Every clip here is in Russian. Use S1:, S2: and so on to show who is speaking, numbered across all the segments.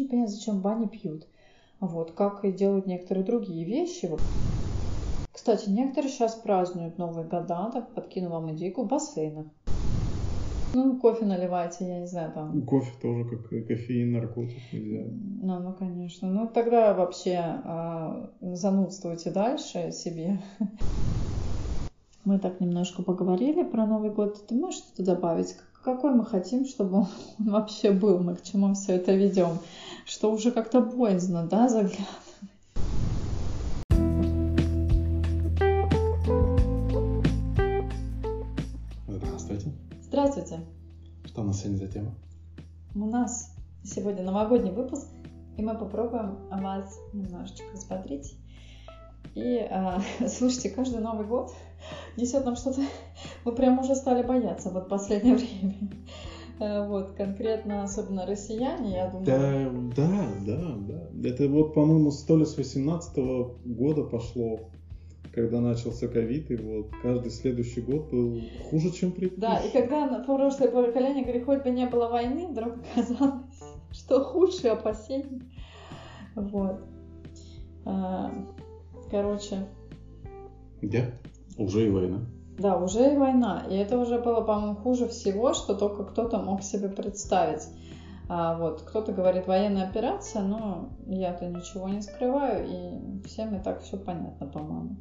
S1: не понятно, зачем бани пьют. Вот, как и делают некоторые другие вещи. Кстати, некоторые сейчас празднуют Новые года, так подкину вам идейку, в бассейнах. Ну, кофе наливайте, я не знаю, там.
S2: Кофе тоже как кофеин, наркотик нельзя.
S1: Ну, конечно. Ну, тогда вообще занудствуйте дальше себе. Мы так немножко поговорили про Новый год. Ты можешь что-то добавить? Какой мы хотим, чтобы он вообще был? Мы к чему все это ведем? Что уже как-то боязно, да, заглядывать?
S2: Здравствуйте.
S1: Здравствуйте.
S2: Что у нас сегодня за тема?
S1: У нас сегодня новогодний выпуск, и мы попробуем вас немножечко взбодрить. И слушайте, каждый Новый год несет нам что-то, мы прям уже стали бояться вот в последнее время. Вот, конкретно, особенно россияне, я думаю.
S2: Да. Это вот, по-моему, с 18-го года пошло, когда начался ковид, и вот каждый следующий год был хуже, чем предыдущий.
S1: Да, и когда прошлое поколение говорит, хоть бы не было войны, вдруг оказалось, что худшие опасения. Вот. Короче.
S2: Да, уже и война.
S1: Да, уже и война. И это уже было, по-моему, хуже всего, что только кто-то мог себе представить. Вот, кто-то говорит военная операция, но я-то ничего не скрываю, и всем и так все понятно, по-моему.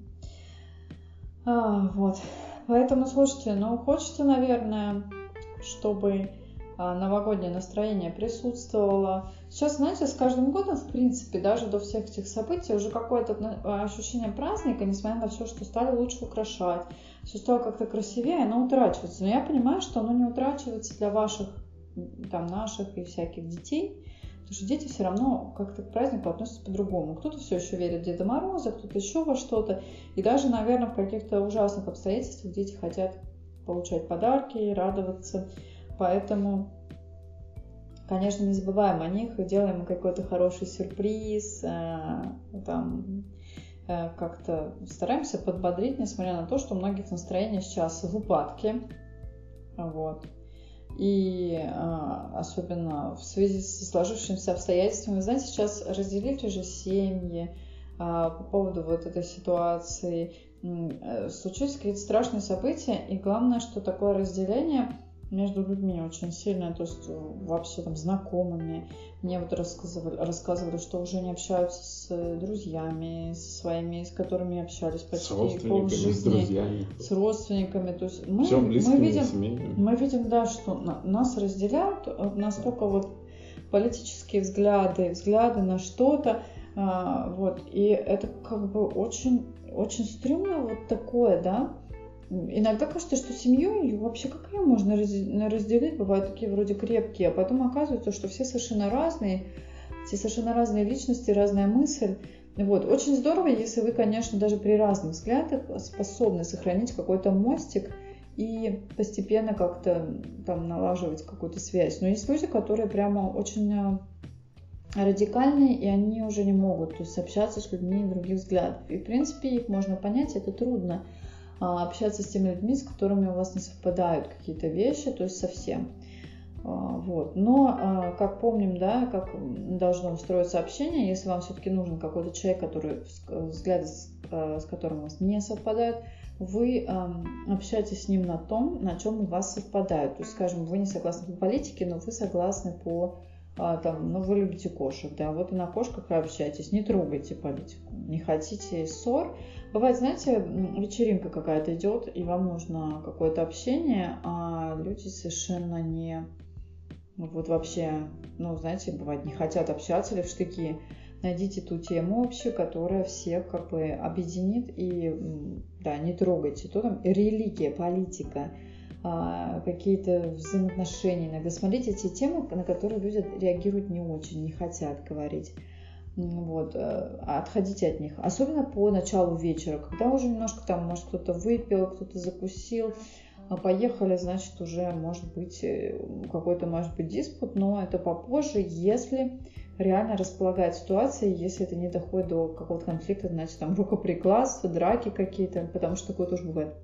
S1: Вот. Поэтому, слушайте, хочется, наверное, чтобы новогоднее настроение присутствовало. Сейчас, знаете, с каждым годом, в принципе, даже до всех этих событий уже какое-то ощущение праздника, несмотря на все, что стали лучше украшать, все стало как-то красивее, оно утрачивается. Но я понимаю, что оно не утрачивается для ваших, там, наших и всяких детей, потому что дети все равно как-то к празднику относятся по-другому. Кто-то все еще верит в Деда Мороза, кто-то еще во что-то. И даже, наверное, в каких-то ужасных обстоятельствах дети хотят получать подарки и радоваться. Поэтому, конечно, не забываем о них и делаем им какой-то хороший сюрприз, там, как-то стараемся подбодрить, несмотря на то, что у многих настроение сейчас в упадке. Вот. И особенно в связи со сложившимися обстоятельствами, знаете, сейчас разделили же семьи по поводу вот этой ситуации. Случились какие-то страшные события, и главное, что такое разделение между людьми очень сильное, то есть вообще там знакомыми. Мне вот рассказывали, что уже не общаются с друзьями, со своими, с которыми общались почти полжизни, с родственниками. То есть мы видим, да, что нас разделяют настолько вот политические взгляды на что-то, вот, и это как бы очень, очень стрёмно вот такое, да. Иногда кажется, что семью вообще как ее можно разделить, бывают такие вроде крепкие, а потом оказывается, что все совершенно разные личности, разная мысль. Вот. Очень здорово, если вы, конечно, даже при разных взглядах способны сохранить какой-то мостик и постепенно как-то там налаживать какую-то связь. Но есть люди, которые прямо очень радикальные, и они уже не могут, то есть общаться с людьми других взглядов. И, в принципе, их можно понять, это трудно. Общаться с теми людьми, с которыми у вас не совпадают какие-то вещи, то есть совсем. Вот. Но, как помним, да, как должно устроиться общение, если вам все-таки нужен какой-то человек, взгляды с которым у вас не совпадают, вы общаетесь с ним на том, на чем у вас совпадают. То есть, скажем, вы не согласны по политике, но вы согласны по... вы любите кошек, да, вот и на кошках вы общаетесь, не трогайте политику, не хотите ссор. Бывает, знаете, вечеринка какая-то идет, и вам нужно какое-то общение, а люди совершенно не, вот вообще, знаете, бывает, не хотят общаться или в штыки. Найдите ту тему общую, которая всех как бы объединит, и, да, не трогайте. То там религия, политика, какие-то взаимоотношения. Иногда смотрите те темы, на которые люди реагируют не очень, не хотят говорить. Вот, отходите от них. Особенно по началу вечера, когда уже немножко там, может, кто-то выпил, кто-то закусил, поехали, значит, уже может быть какой-то, может быть, диспут, но это попозже, если реально располагает ситуация, если это не доходит до какого-то конфликта, значит, там рукоприкладство, драки какие-то, потому что такое тоже бывает.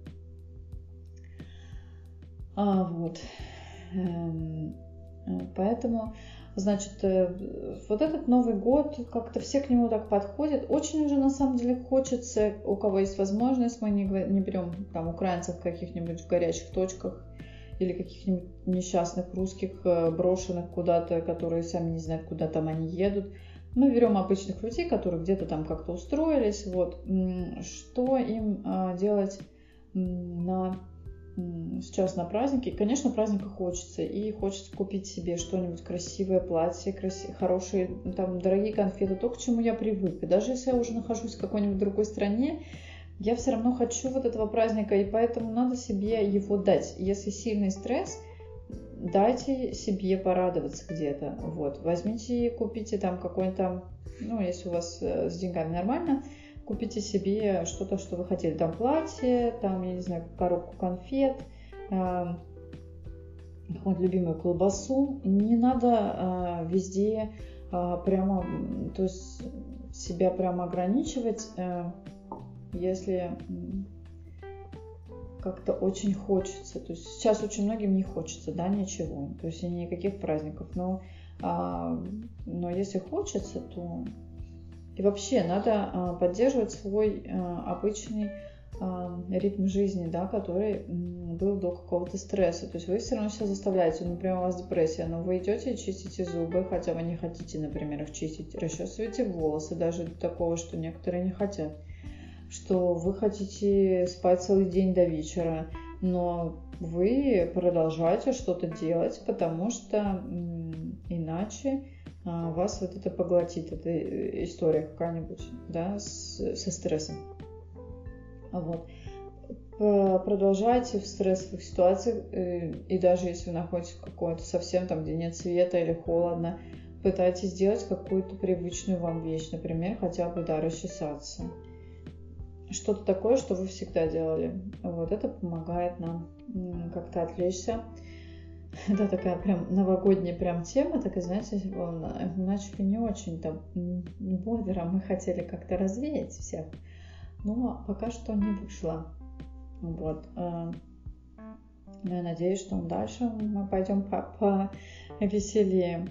S1: Вот. Поэтому Значит, вот этот Новый год, как-то все к нему так подходят. Очень уже на самом деле хочется, у кого есть возможность, мы не берем там украинцев каких-нибудь в горячих точках или каких-нибудь несчастных русских, брошенных куда-то, которые сами не знают, куда там они едут. Мы берем обычных людей, которые где-то там как-то устроились. Вот. Что им делать сейчас на празднике? Конечно, праздника хочется. И хочется купить себе что-нибудь красивое, платье, хорошие, там, дорогие конфеты. То, к чему я привык. И даже если я уже нахожусь в какой-нибудь другой стране, я все равно хочу вот этого праздника. И поэтому надо себе его дать. Если сильный стресс, дайте себе порадоваться где-то. Вот. Возьмите и купите там какой-то, если у вас с деньгами нормально, купите себе что-то, что вы хотели. Там платье, там, я не знаю, коробку конфет, какую-нибудь любимую колбасу. Не надо везде прямо, то есть себя прямо ограничивать, если как-то очень хочется. То есть сейчас очень многим не хочется, да, ничего. То есть никаких праздников. Но если хочется, то... И вообще надо поддерживать свой обычный ритм жизни, да, который был до какого-то стресса. То есть вы все равно себя заставляете, например, у вас депрессия, но вы идете и чистите зубы, хотя вы не хотите, например, их чистить, расчесываете волосы, даже до такого, что некоторые не хотят, что вы хотите спать целый день до вечера, но вы продолжаете что-то делать, потому что иначе вас вот это поглотит, эта история какая-нибудь, да, со стрессом. Вот. Продолжайте в стрессовых ситуациях, и даже если вы находитесь в какой-то совсем там, где нет света или холодно, пытайтесь сделать какую-то привычную вам вещь, например, хотя бы, да, расчесаться. Что-то такое, что вы всегда делали. Вот это помогает нам как-то отвлечься. Это такая прям новогодняя прям тема, так и, знаете, начали не очень там бодро, мы хотели как-то развеять всех, но пока что не вышло. Вот. Но я надеюсь, что дальше мы пойдем по веселее.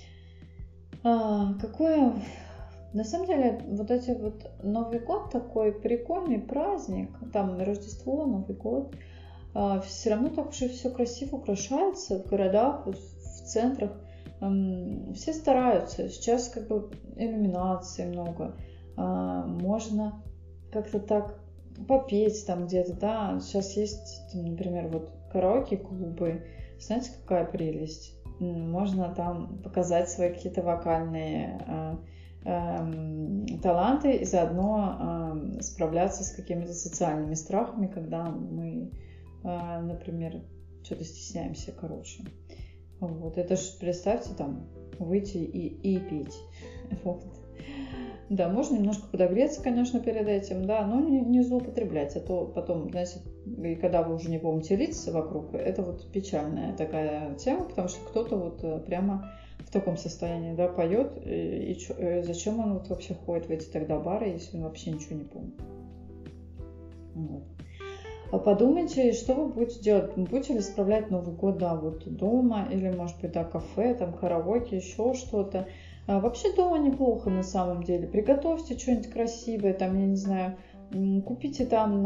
S1: На самом деле, вот эти вот Новый год такой прикольный праздник, там Рождество, Новый год, все равно так уже все красиво украшается в городах, вот в центрах. Все стараются. Сейчас как бы иллюминации много. Можно как-то так попеть там где-то, да. Сейчас есть, например, вот караоке-клубы. Знаете, какая прелесть? Можно там показать свои какие-то вокальные таланты и заодно справляться с какими-то социальными страхами, когда мы, например, что-то стесняемся, короче. Вот. Это же, представьте, там, выйти и петь. Вот. Да, можно немножко подогреться, конечно, перед этим, да, но не злоупотреблять, а то потом, знаете, и когда вы уже не помните лица вокруг, это вот печальная такая тема, потому что кто-то вот прямо в таком состоянии, да, поет, и зачем он вот вообще ходит в эти тогда бары, если он вообще ничего не помнит. Вот. Подумайте, что вы будете делать. Будете ли справлять Новый год, да, вот дома, или, может быть, да, кафе, там, караоке, еще что-то. Вообще дома неплохо на самом деле. Приготовьте что-нибудь красивое, там, я не знаю, купите там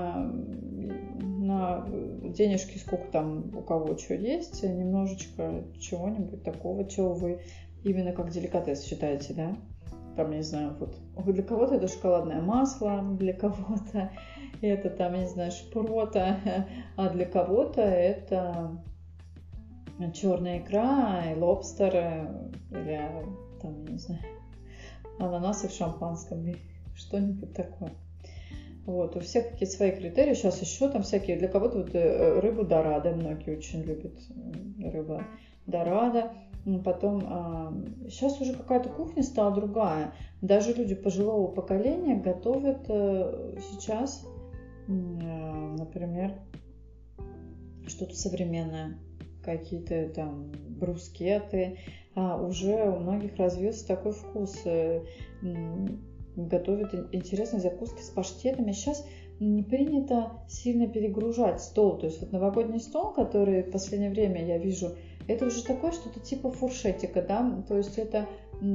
S1: на денежки, сколько там у кого что есть, немножечко чего-нибудь такого, чего вы именно как деликатес считаете, да? Там, не знаю, вот для кого-то это шоколадное масло, для кого-то это там, я не знаю, шпрота, а для кого-то это черная икра, и лобстер, или там, я не знаю, ананасы в шампанском, что-нибудь такое. Вот, у всех какие-то свои критерии. Сейчас еще там всякие, для кого-то вот рыбу дорадо, многие очень любят рыбу дорадо. Потом, сейчас уже какая-то кухня стала другая. Даже люди пожилого поколения готовят сейчас, например, что-то современное, какие-то там брускеты. Уже у многих развился такой вкус. Готовят интересные закуски с паштетами. Сейчас не принято сильно перегружать стол. То есть вот новогодний стол, который в последнее время я вижу, это уже такое что-то типа фуршетика, да, то есть это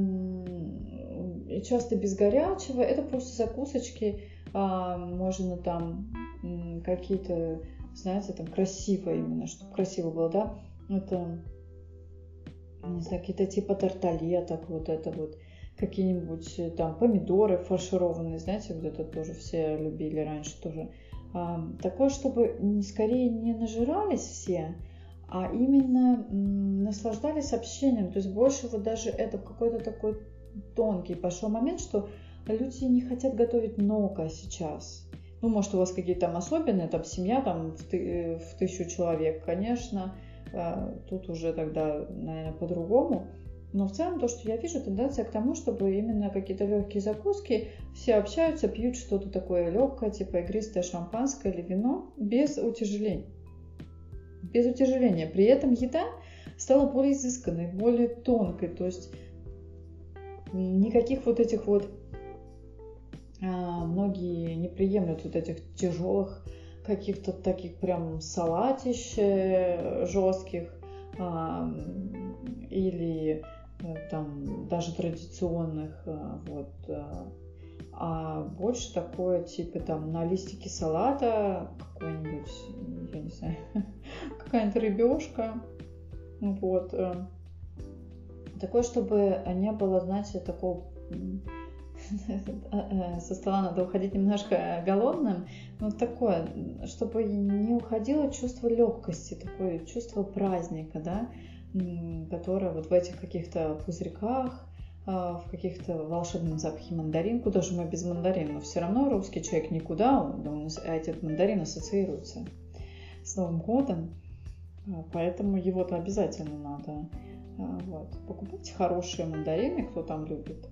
S1: часто без горячего, это просто закусочки, можно там какие-то, знаете, там красиво именно, чтобы красиво было, да, это, не знаю, какие-то типа тарталеток, вот это вот, какие-нибудь там помидоры фаршированные, знаете, вот это тоже все любили раньше тоже. Такое, чтобы скорее не нажирались все, а именно наслаждались общением. То есть больше вот даже это какой-то такой тонкий пошел момент, что люди не хотят готовить много сейчас. Ну, может, у вас какие-то там особенные, там семья там в 1000 человек, конечно, тут уже тогда, наверное, по-другому. Но в целом то, что я вижу, тенденция к тому, чтобы именно какие-то легкие закуски, все общаются, пьют что-то такое легкое, типа игристое шампанское или вино, без утяжеления. Без утяжеления. При этом еда стала более изысканной, более тонкой, то есть никаких вот этих вот, многие не приемлют вот этих тяжелых каких-то таких прям салатищ жестких или там даже традиционных, вот, а больше такое типа там на листике салата какой-нибудь, я не знаю, какая-нибудь рыбешка, вот, такое, чтобы не было, знаете, такого, со стола надо уходить немножко голодным, но такое, чтобы не уходило чувство легкости, такое чувство праздника, да, которое вот в этих каких-то пузырьках, в каких-то волшебном запахе мандарин, куда же мы без мандарина, но все равно русский человек никуда, он этот мандарин ассоциируется с Новым годом, поэтому его-то обязательно надо, вот, покупать хорошие мандарины, кто там любит.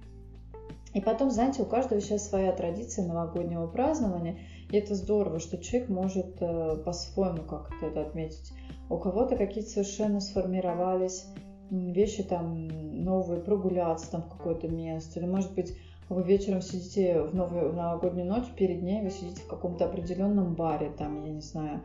S1: И потом, знаете, у каждого сейчас своя традиция новогоднего празднования, и это здорово, что человек может по-своему как-то это отметить. У кого-то какие-то совершенно сформировались вещи там новые, прогуляться там в какое-то место, или, может быть, вы вечером сидите в новогоднюю ночь, перед ней вы сидите в каком-то определенном баре, там, я не знаю,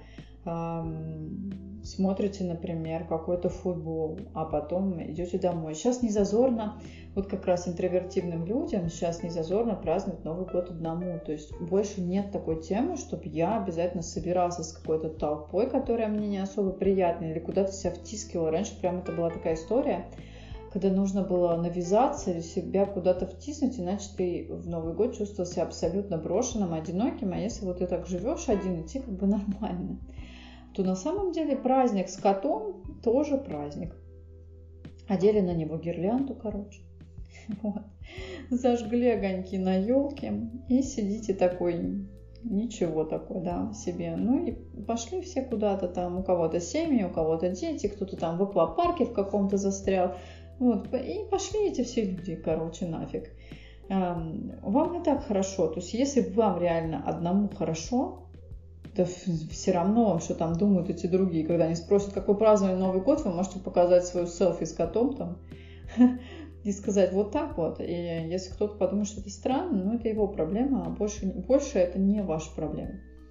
S1: смотрите, например, какой-то футбол, а потом идете домой. Сейчас не зазорно, вот как раз интровертивным людям, сейчас не зазорно праздновать Новый год одному. То есть больше нет такой темы, чтобы я обязательно собирался с какой-то толпой, которая мне не особо приятна, или куда-то себя втискивала. Раньше прям это была такая история, когда нужно было навязаться или себя куда-то втиснуть, иначе ты в Новый год чувствовал себя абсолютно брошенным, одиноким, а если вот ты так живешь один, идти как бы нормально, то на самом деле праздник с котом тоже праздник. Одели на него гирлянду, короче. Вот. Зажгли огоньки на елке и сидите такой, ничего такой, да, себе. Ну и пошли все куда-то там, у кого-то семьи, у кого-то дети, кто-то там в аквапарке в каком-то застрял. Вот, и пошли эти все люди, короче, нафиг. Вам не так хорошо. То есть если вам реально одному хорошо, то все равно вам, что там думают эти другие. Когда они спросят, как вы праздновали Новый год, вы можете показать свою селфи с котом там и сказать вот так вот. И если кто-то подумает, что это странно, ну это его проблема, а больше это не ваша проблема.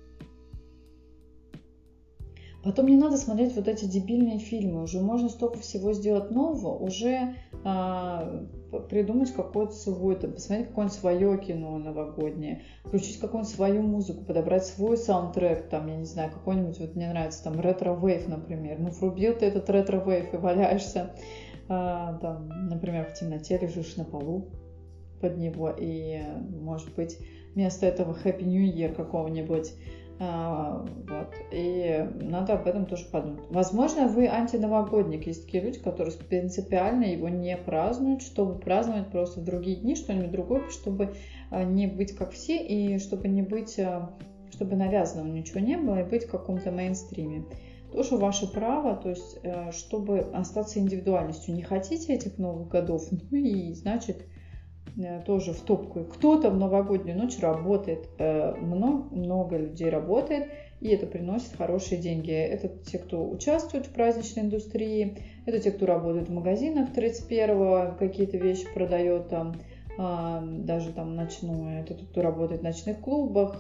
S1: Потом не надо смотреть вот эти дебильные фильмы. Уже можно столько всего сделать нового, уже придумать какое-то свое, посмотреть какое-нибудь свое кино новогоднее, включить какую-нибудь свою музыку, подобрать свой саундтрек, там, я не знаю, какой-нибудь, вот мне нравится, там, ретро-вейв, например. Ну, врубил ты этот ретро-вейв и валяешься, там, например, в темноте лежишь на полу под него, и, может быть, вместо этого Happy New Year какого-нибудь. Вот. И надо об этом тоже подумать. Возможно, вы антиновогодник. Есть такие люди, которые принципиально его не празднуют, чтобы праздновать просто в другие дни что-нибудь другое, чтобы не быть как все и чтобы не быть, чтобы навязанного ничего не было и быть в каком-то мейнстриме. Тоже ваше право, то есть чтобы остаться индивидуальностью. Не хотите этих новых годов, ну и значит тоже в топку. Кто-то в новогоднюю ночь работает, много людей работает, и это приносит хорошие деньги. Это те, кто участвует в праздничной индустрии, это те, кто работает в магазинах 31-го, какие-то вещи продает, там, даже там ночное, это тот, кто работает в ночных клубах.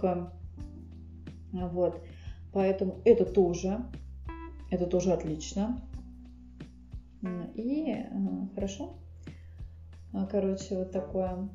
S1: Вот. Поэтому это тоже отлично. И хорошо. Короче, вот такое.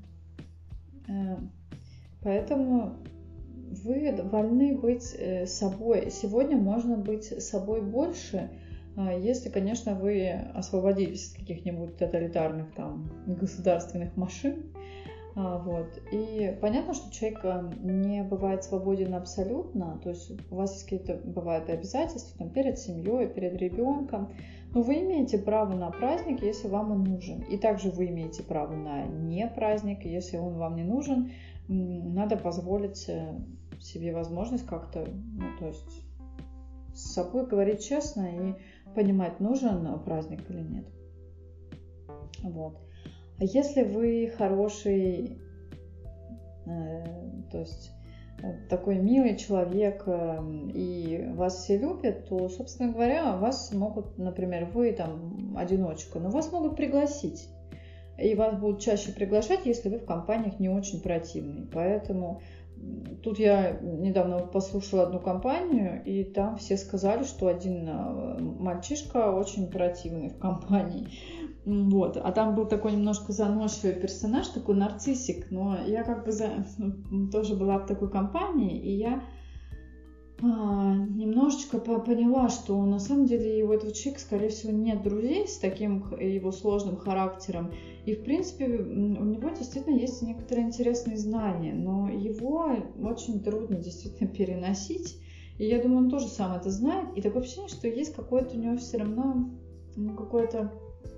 S1: Поэтому вы вольны быть собой. Сегодня можно быть собой больше, если, конечно, вы освободились от каких-нибудь тоталитарных там государственных машин. Вот. И понятно, что человек не бывает свободен абсолютно, то есть у вас есть какие-то бывают обязательства там, перед семьей, перед ребенком, но вы имеете право на праздник, если вам он нужен. И также вы имеете право на не праздник, если он вам не нужен, надо позволить себе возможность как-то, то есть с собой говорить честно и понимать, нужен праздник или нет. Вот. А если вы хороший, то есть такой милый человек, и вас все любят, то, собственно говоря, вас могут, например, вы там одиночка, но вас могут пригласить. И вас будут чаще приглашать, если вы в компаниях не очень противные. Поэтому тут я недавно послушала одну компанию, и там все сказали, что один мальчишка очень противный в компании. Вот. А там был такой немножко заносчивый персонаж, такой нарциссик. Но я как бы тоже была в такой компании, и я немножечко поняла, что на самом деле у этого человека, скорее всего, нет друзей с таким его сложным характером. И, в принципе, у него действительно есть некоторые интересные знания, но его очень трудно действительно переносить. И я думаю, он тоже сам это знает. И такое ощущение, что есть какое-то у него все равно какое-то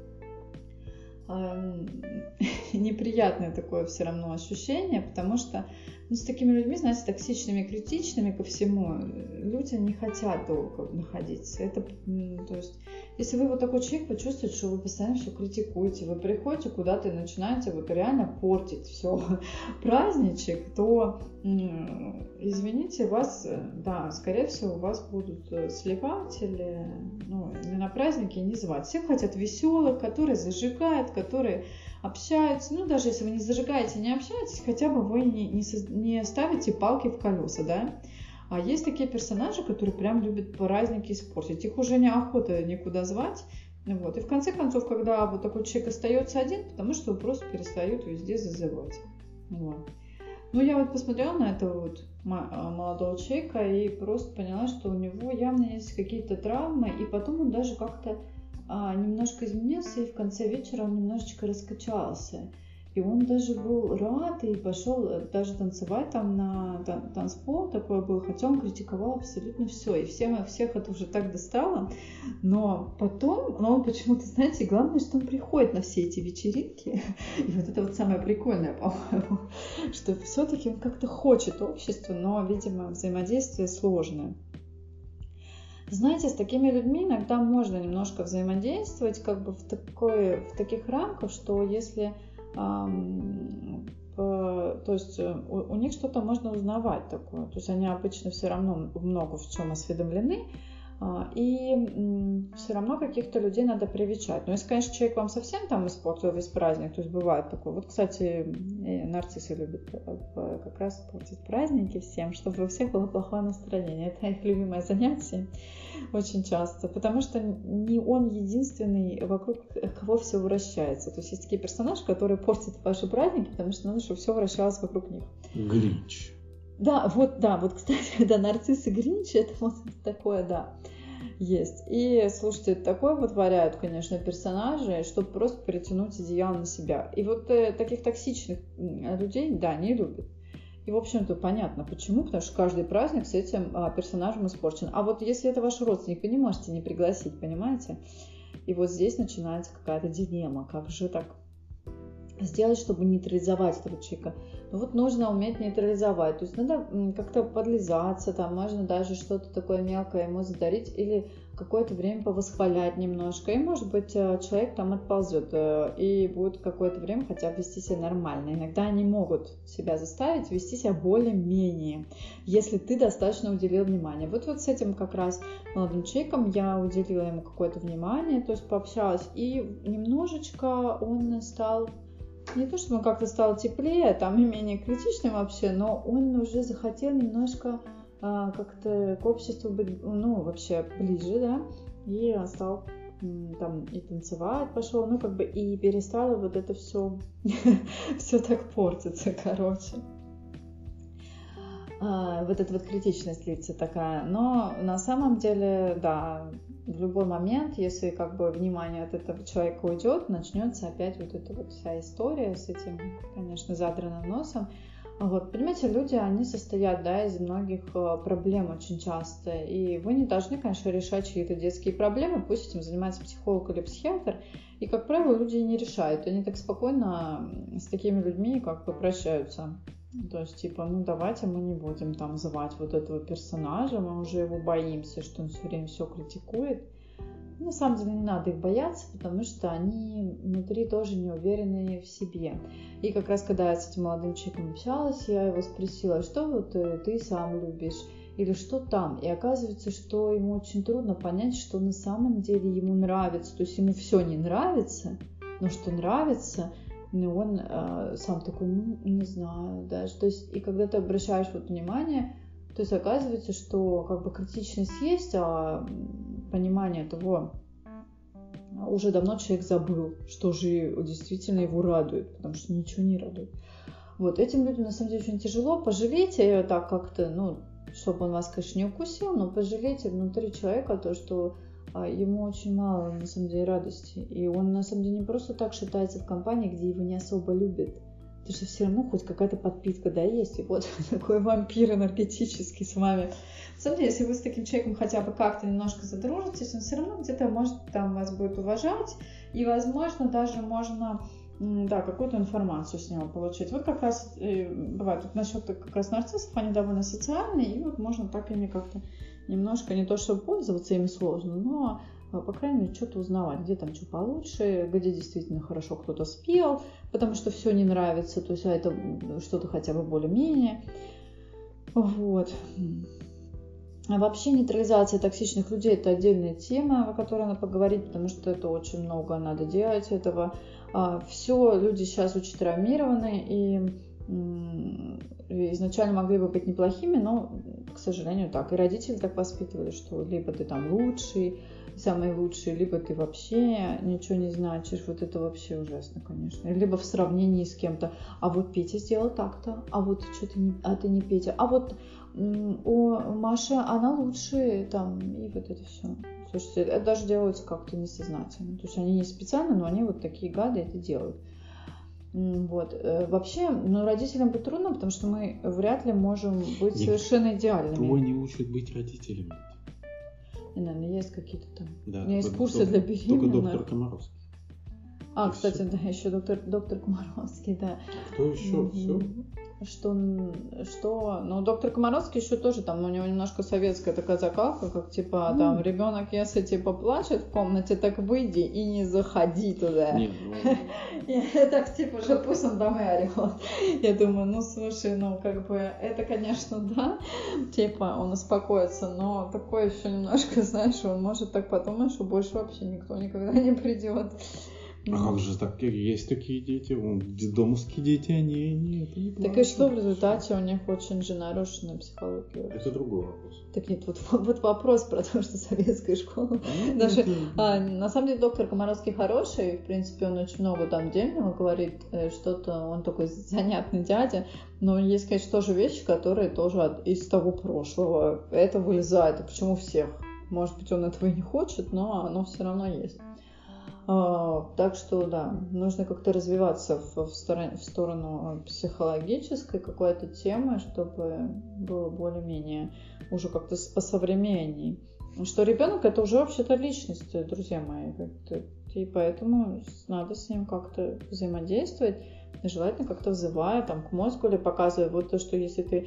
S1: неприятное такое все равно ощущение, потому что с такими людьми, знаете, токсичными, критичными ко всему, люди не хотят долго находиться. Это, то есть, если вы вот такой человек, вы чувствуете, что вы постоянно все критикуете, вы приходите куда-то и начинаете вот реально портить все праздничек, то, извините, вас, да, скорее всего, вас будут сливать или не на праздники не звать. Все хотят веселых, которые зажигают, которые общаются. Даже если вы не зажигаете, не общаетесь, хотя бы вы не ставите палки в колеса, да? А есть такие персонажи, которые прям любят праздники испортить. Их уже неохота никуда звать. Вот. И в конце концов, когда вот такой человек остается один, потому что его просто перестают везде зазывать. Вот. Я вот посмотрела на этого вот молодого человека и просто поняла, что у него явно есть какие-то травмы, и потом он даже как-то немножко изменился, и в конце вечера он немножечко раскачался. И он даже был рад и пошел даже танцевать там на танцпол, такое было, хотя он критиковал абсолютно все. И всех это уже так достало. Но потом, он почему-то, знаете, главное, что он приходит на все эти вечеринки. И вот это вот самое прикольное, по-моему, что все-таки он как-то хочет общества, но, видимо, взаимодействие сложное. Знаете, с такими людьми иногда можно немножко взаимодействовать как бы в таких рамках, что если, то есть у них что-то можно узнавать такое, то есть они обычно все равно много в чем осведомлены, и все равно каких-то людей надо привечать. Но если, конечно, человек вам совсем там испортил весь праздник, то есть бывает такое. Вот, кстати, нарциссы любят как раз портить праздники всем, чтобы у всех было плохое настроение. Это их любимое занятие очень часто, потому что не он единственный, вокруг кого все вращается. То есть есть такие персонажи, которые портят ваши праздники, потому что надо, чтобы все вращалось вокруг них.
S2: Гринч.
S1: Да, кстати, да, нарцисс и Гринч, это вот такое, да, есть. И, слушайте, такое вытворяют, конечно, персонажи, чтобы просто перетянуть одеяло на себя. И вот таких токсичных людей, да, не любят. И, в общем-то, понятно, почему, потому что каждый праздник с этим персонажем испорчен. А вот если это ваш родственник, вы не можете не пригласить, понимаете? И вот здесь начинается какая-то дилемма, как же так сделать, чтобы нейтрализовать этого человека. Нужно уметь нейтрализовать. То есть надо как-то подлизаться, там можно даже что-то такое мелкое ему задарить или какое-то время повосхвалять немножко. И, может быть, человек там отползет и будет какое-то время хотя бы вести себя нормально. Иногда они могут себя заставить вести себя более-менее, если ты достаточно уделил внимание. Вот с этим как раз молодым человеком я уделила ему какое-то внимание, то есть пообщалась, и немножечко он стал... Не то, чтобы он как-то стал теплее, там и менее критичным вообще, но он уже захотел немножко как-то к обществу быть, вообще ближе, да, и стал там и танцевать пошел, ну как бы и перестало вот это все так портиться, короче. Вот эта вот критичность лица такая. Но на самом деле, да, в любой момент, если как бы внимание от этого человека уйдет, начнется опять вот эта вот вся история с этим, конечно, задранным носом. Вот, понимаете, люди, они состоят, да, из многих проблем очень часто, и вы не должны, конечно, решать чьи-то детские проблемы, пусть этим занимается психолог или психиатр, и, как правило, люди не решают, они так спокойно с такими людьми как бы прощаются. То есть, типа, ну давайте мы не будем там звать вот этого персонажа, мы уже его боимся, что он все время все критикует. На самом деле не надо их бояться, потому что они внутри тоже не уверены в себе. И как раз когда я с этим молодым человеком общалась, я его спросила, что вот ты сам любишь или что там. И оказывается, что ему очень трудно понять, что на самом деле ему нравится. То есть ему все не нравится, но что нравится, но он сам такой, ну не знаю даже. То есть и когда ты обращаешь вот внимание, то есть оказывается, что как бы критичность есть, а понимание того, уже давно человек забыл, что же действительно его радует, потому что ничего не радует. Вот, этим людям на самом деле очень тяжело. Пожалейте так как-то, ну, чтобы он вас, конечно, не укусил, но пожалейте внутри человека то, что ему очень мало, на самом деле, радости. И он, на самом деле, не просто так шатается в компании, где его не особо любят. Потому что все равно хоть какая-то подпитка, да, есть. И вот такой вампир энергетический с вами. На самом деле, если вы с таким человеком хотя бы как-то немножко задружитесь, он все равно где-то может там вас будет уважать. И, возможно, даже можно, да, какую-то информацию с него получить. Вот как раз бывает, вот насчет как раз нарциссов, они довольно социальные, и вот можно так ими как-то немножко, не то чтобы пользоваться ими сложно, но по крайней мере, что-то узнавать, где там что получше, где действительно хорошо кто-то спел, потому что все не нравится, то есть это что-то хотя бы более-менее. Вот. А вообще нейтрализация токсичных людей – это отдельная тема, о которой надо поговорить, потому что это очень много надо делать этого. Все, люди сейчас очень травмированы и изначально могли бы быть неплохими, но, к сожалению, так. И родители так воспитывали, что либо ты там лучший, самый лучший, либо ты вообще ничего не значишь. Вот это вообще ужасно, конечно. Либо в сравнении с кем-то. А вот Петя сделал так-то, а вот что ты не, а ты не Петя. А вот у Маши она лучше, там, и вот это все. Слушайте, это даже делается как-то несознательно. То есть они не специально, но они вот такие гады это делают. Вот. Вообще, ну, родителям быть трудно, потому что мы вряд ли можем быть совершенно идеальными.
S2: Никто не учит быть родителями.
S1: И, наверное, есть какие-то там.
S2: Да,
S1: у меня есть курсы для беременных.
S2: Только доктор Комаровский.
S1: Кстати, все. Да, еще доктор Комаровский, да.
S2: Кто еще? Все?
S1: Что, ну, доктор Комаровский еще тоже там, у него немножко советская такая закалка, как типа там ребенок, если типа плачет в комнате, так выйди и не заходи туда.
S2: Нет,
S1: Так типа уже пусть он там и орет. Я думаю, ну слушай, ну как бы это, конечно, да, типа он успокоится, но такое еще немножко, знаешь, он может так подумать, что больше вообще никто никогда не придет.
S2: А как же так? Есть такие дети, детдомовские дети, они это не
S1: так и что в результате у них очень же нарушена психология?
S2: Это другой вопрос.
S1: Так нет, вот вопрос про то, что советская школа. Даже, на самом деле доктор Комаровский хороший, в принципе, он очень много там дельного говорит, что-то, он такой занятный дядя, но есть, конечно, тоже вещи, которые тоже из того прошлого. Это вылезает, и почему всех? Может быть, он этого и не хочет, но оно все равно есть. Так что, да, нужно как-то развиваться в сторону психологической какой-то темы, чтобы было более-менее уже как-то посовременней. Что ребенок это уже вообще-то личность, друзья мои. И поэтому надо с ним как-то взаимодействовать. Желательно как-то взывая там, к мозгу или показывая вот то, что если ты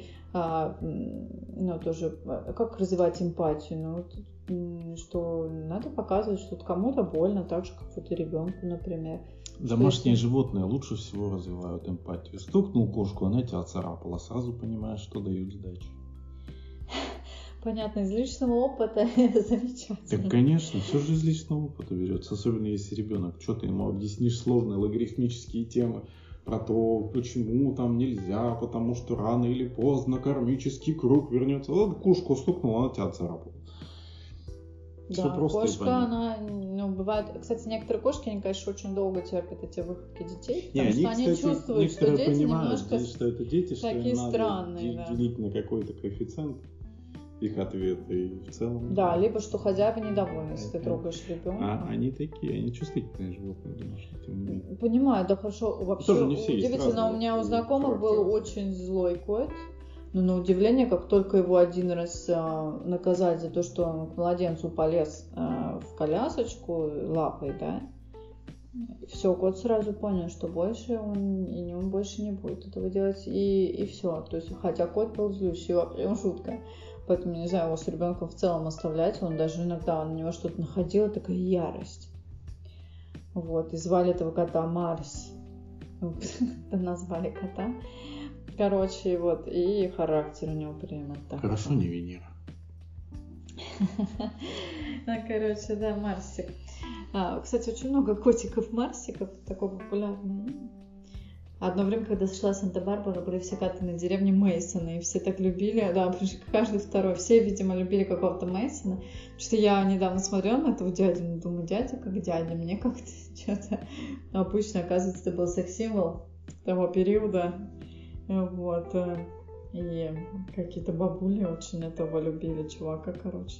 S1: тоже как развивать эмпатию, что надо показывать, что кому-то больно, так же, как вот и ребенку, например.
S2: Домашние животные лучше всего развивают эмпатию. Стукнул кошку, она тебя царапала, сразу понимаешь, что дают сдачи.
S1: Понятно, из личного опыта это замечательно.
S2: Так, конечно, все же из личного опыта берется, особенно если ребенок, что ты ему объяснишь сложные логарифмические темы про то, почему там нельзя, потому что рано или поздно кармический круг вернется. Вот кошку стукнул, она тебя царапала. Всё
S1: Да,
S2: просто и
S1: кошка,
S2: понятно.
S1: она, ну, бывает... Кстати, некоторые кошки, они, конечно, очень долго терпят эти выходки детей,
S2: Не,
S1: потому что они
S2: кстати,
S1: чувствуют, что
S2: некоторые
S1: дети
S2: понимают,
S1: немножко
S2: что это дети, что
S1: такие
S2: им надо
S1: странные, да.
S2: делить на какой-то коэффициент их ответы, и в целом...
S1: Да, либо что хозяева недовольны, если ты
S2: Это-
S1: трогаешь ребенка.
S2: они такие, они чувствительные животные, думаю, что тем не менее.
S1: Понимаю, да, хорошо. Вообще,
S2: Тоже не все, есть
S1: удивительно,
S2: разные
S1: у меня у
S2: вот
S1: знакомых был
S2: характеры.
S1: очень злой кот. Но на удивление, как только его один раз наказать за то, что он к младенцу полез в колясочку лапой, да, все, кот сразу понял, что больше он больше не будет этого делать, и все. То есть, хотя кот был злющий, вообще жутко. Поэтому не знаю, его с ребенком в целом оставлять. Он даже иногда на него что-то находил, такая ярость. Вот, и звали этого кота Марс. Назвали кота. Короче, вот, и характер у него прямо так.
S2: Хорошо, не Венера.
S1: Короче, да, Марсик. Кстати, очень много котиков Марсиков, такое популярное. Одно время, когда шла Санта-Барбара, были все коты на деревне Мейсона, и все так любили, да, каждый второй, все, видимо, любили какого-то Мейсона. Потому что я недавно смотрела на этого дядю, думаю, дядя как дядя, мне как-то что-то обычно, оказывается, это был секс-символ того периода. Вот, и какие-то бабули очень этого любили, чувака, короче.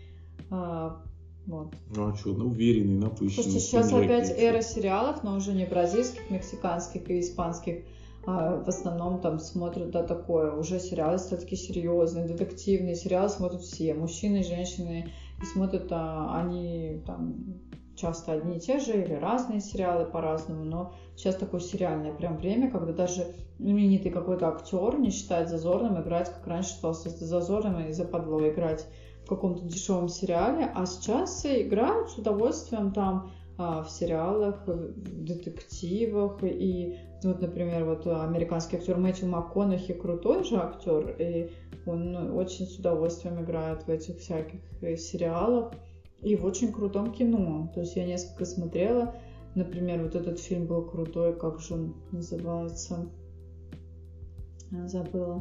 S1: Вот.
S2: Ну а что, уверенный, напыщенный.
S1: Слушайте, сейчас опять эра сериалов, но уже не бразильских, мексиканских и испанских. В основном там смотрят, да, такое. Уже сериалы стали такие серьезные, детективные. Сериалы смотрят все, мужчины и женщины. И смотрят они там часто одни и те же или разные сериалы по-разному. Но сейчас такое сериальное прям время, когда даже именитый какой-то актер не считает зазорным играть, как раньше считался зазорным и западло играть в каком-то дешевом сериале, а сейчас играют с удовольствием там в сериалах, в детективах. И вот, например, вот американский актер Мэтью МакКонахи, крутой же актер, и он очень с удовольствием играет в этих всяких сериалах и в очень крутом кино. То есть я несколько смотрела, например, вот этот фильм был крутой, как же он называется, забыла.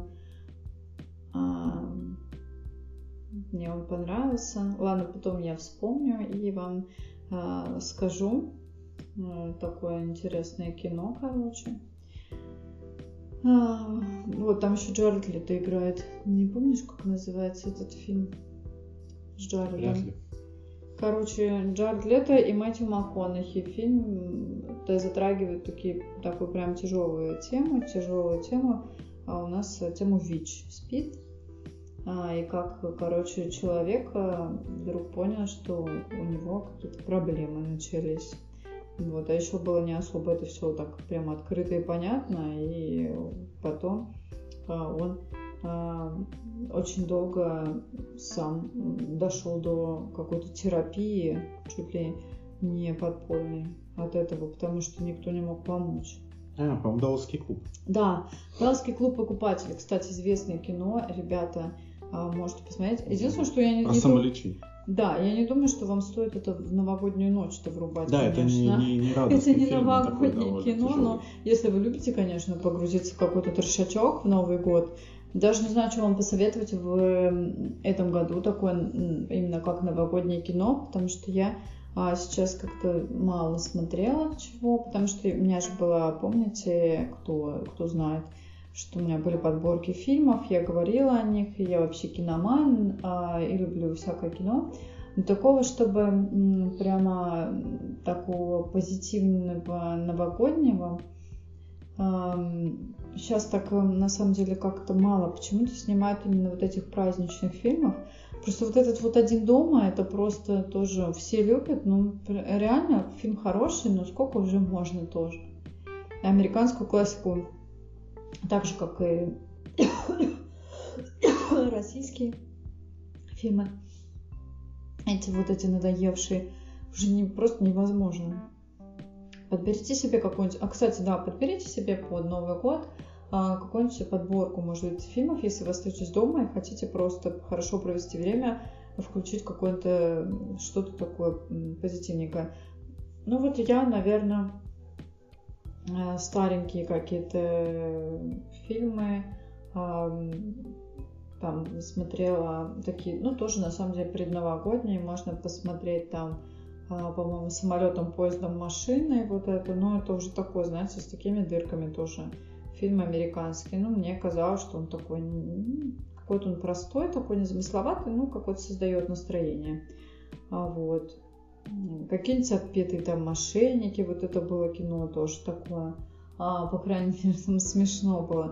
S1: Мне он понравился. Ладно, потом я вспомню и вам скажу. Такое интересное кино, короче. Вот там еще Джаред Лето играет. Не помнишь, как называется этот фильм с Джаредом? Короче, Джаред Лето и Мэтью МакКонахи. Фильм затрагивает такую прям тяжелую тему. А у нас тему ВИЧ, СПИД. И как, короче, человек вдруг понял, что у него какие-то проблемы начались. Вот. А еще было не особо это все так прямо открыто и понятно. И потом он очень долго сам дошел до какой-то терапии, чуть ли не подпольной от этого, потому что никто не мог помочь.
S2: По-моему, Далласский клуб.
S1: Да, Далласский клуб покупателей. Кстати, известное кино, ребята, можете посмотреть. Единственное, что я не
S2: самолечение.
S1: Да, я не думаю, что вам стоит это в новогоднюю ночь-то врубать,
S2: да,
S1: конечно.
S2: Это не радостный
S1: это не
S2: фильм,
S1: новогоднее кино, но если вы любите, конечно, погрузиться в какой-то трешачок в Новый год, даже не знаю, что вам посоветовать в этом году, такое именно как новогоднее кино, потому что я сейчас как-то мало смотрела чего, потому что у меня же была, помните, кто знает, что у меня были подборки фильмов, я говорила о них, и я вообще киноман, и люблю всякое кино. Но такого, чтобы прямо такого позитивного новогоднего, сейчас так на самом деле как-то мало почему-то снимают именно вот этих праздничных фильмов. Просто вот этот вот «Один дома», это просто тоже все любят, реально фильм хороший, но сколько уже можно тоже. Американскую классику, так же, как и российские фильмы, эти надоевшие, уже просто невозможно. Подберите себе какой-нибудь... кстати, да, подберите себе под Новый год какую-нибудь подборку, может быть, фильмов, если вы остаетесь дома и хотите просто хорошо провести время, включить какое-то что-то такое позитивненькое. Вот я, наверное, старенькие какие-то фильмы, там смотрела такие, ну, тоже на самом деле предновогодние, можно посмотреть там, по-моему, самолетом, поездом, машиной, вот это, но это уже такой, знаете, с такими дырками тоже фильм американский. Ну, мне казалось, что он такой, какой-то он простой, такой незамысловатый, ну, какой-то создает настроение. Вот. Какие-нибудь отпетые там мошенники, вот это было кино тоже такое, по крайней мере, там смешно было.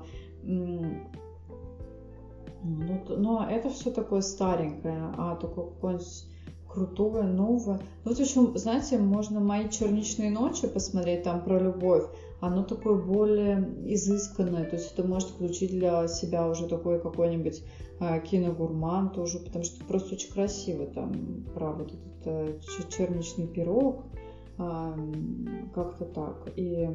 S1: Но это все такое старенькое, такое какое-нибудь крутое, новое. Вот еще, знаете, можно «Мои черничные ночи» посмотреть, там про любовь. Оно такое более изысканное, то есть это может включить для себя уже такой какой-нибудь киногурман тоже, потому что это просто очень красиво, там про вот этот черничный пирог, как-то так. И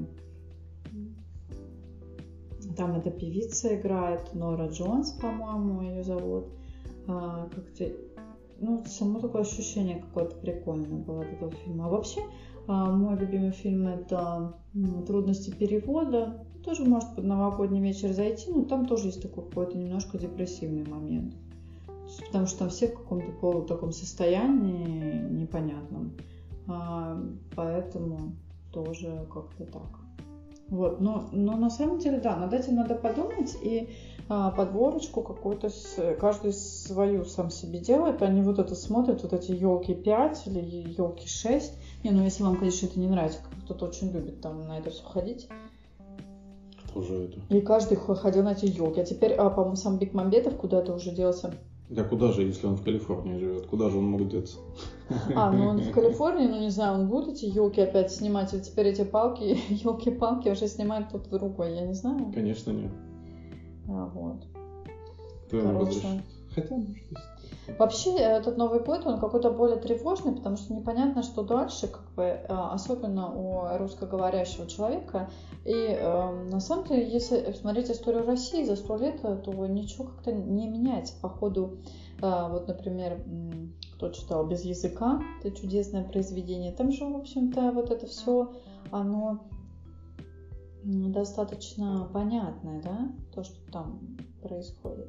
S1: там эта певица играет, Нора Джонс, по-моему, ее зовут. Как-то, ну, само такое ощущение какое-то прикольное было от этого фильма. А вообще, мой любимый фильм — это «Трудности перевода». Тоже может под новогодний вечер зайти, но там тоже есть такой какой-то немножко депрессивный момент. Потому что там все в каком-то полутаком состоянии непонятном. Поэтому тоже как-то так. Вот, но на самом деле, да, над этим надо подумать, и подборочку какую-то каждый свою сам себе делает, они вот это смотрят, вот эти елки 5 или елки 6. Не, ну если вам, конечно, это не нравится, кто-то очень любит там на это все ходить.
S2: Кто же это?
S1: И каждый ходил на эти елки. А теперь, по-моему, сам Бекмамбетов куда-то уже делся.
S2: Да куда же, если он в Калифорнии живет? Куда же он мог деться?
S1: Ну он в Калифорнии, ну не знаю, он будет эти елки опять снимать, или теперь эти палки, елки-палки уже снимает кто-то другой, я не знаю.
S2: Конечно, нет.
S1: Вот.
S2: Кто ему разрешит? Хотя, может,
S1: вообще, этот Новый год, он какой-то более тревожный, потому что непонятно, что дальше, как бы, особенно у русскоговорящего человека. И на самом деле, если смотреть историю России за 100 лет, то ничего как-то не меняется по ходу. Вот, например, кто читал «Без языка», это чудесное произведение, там же, в общем-то, вот это все, оно достаточно понятное, да, то, что там происходит.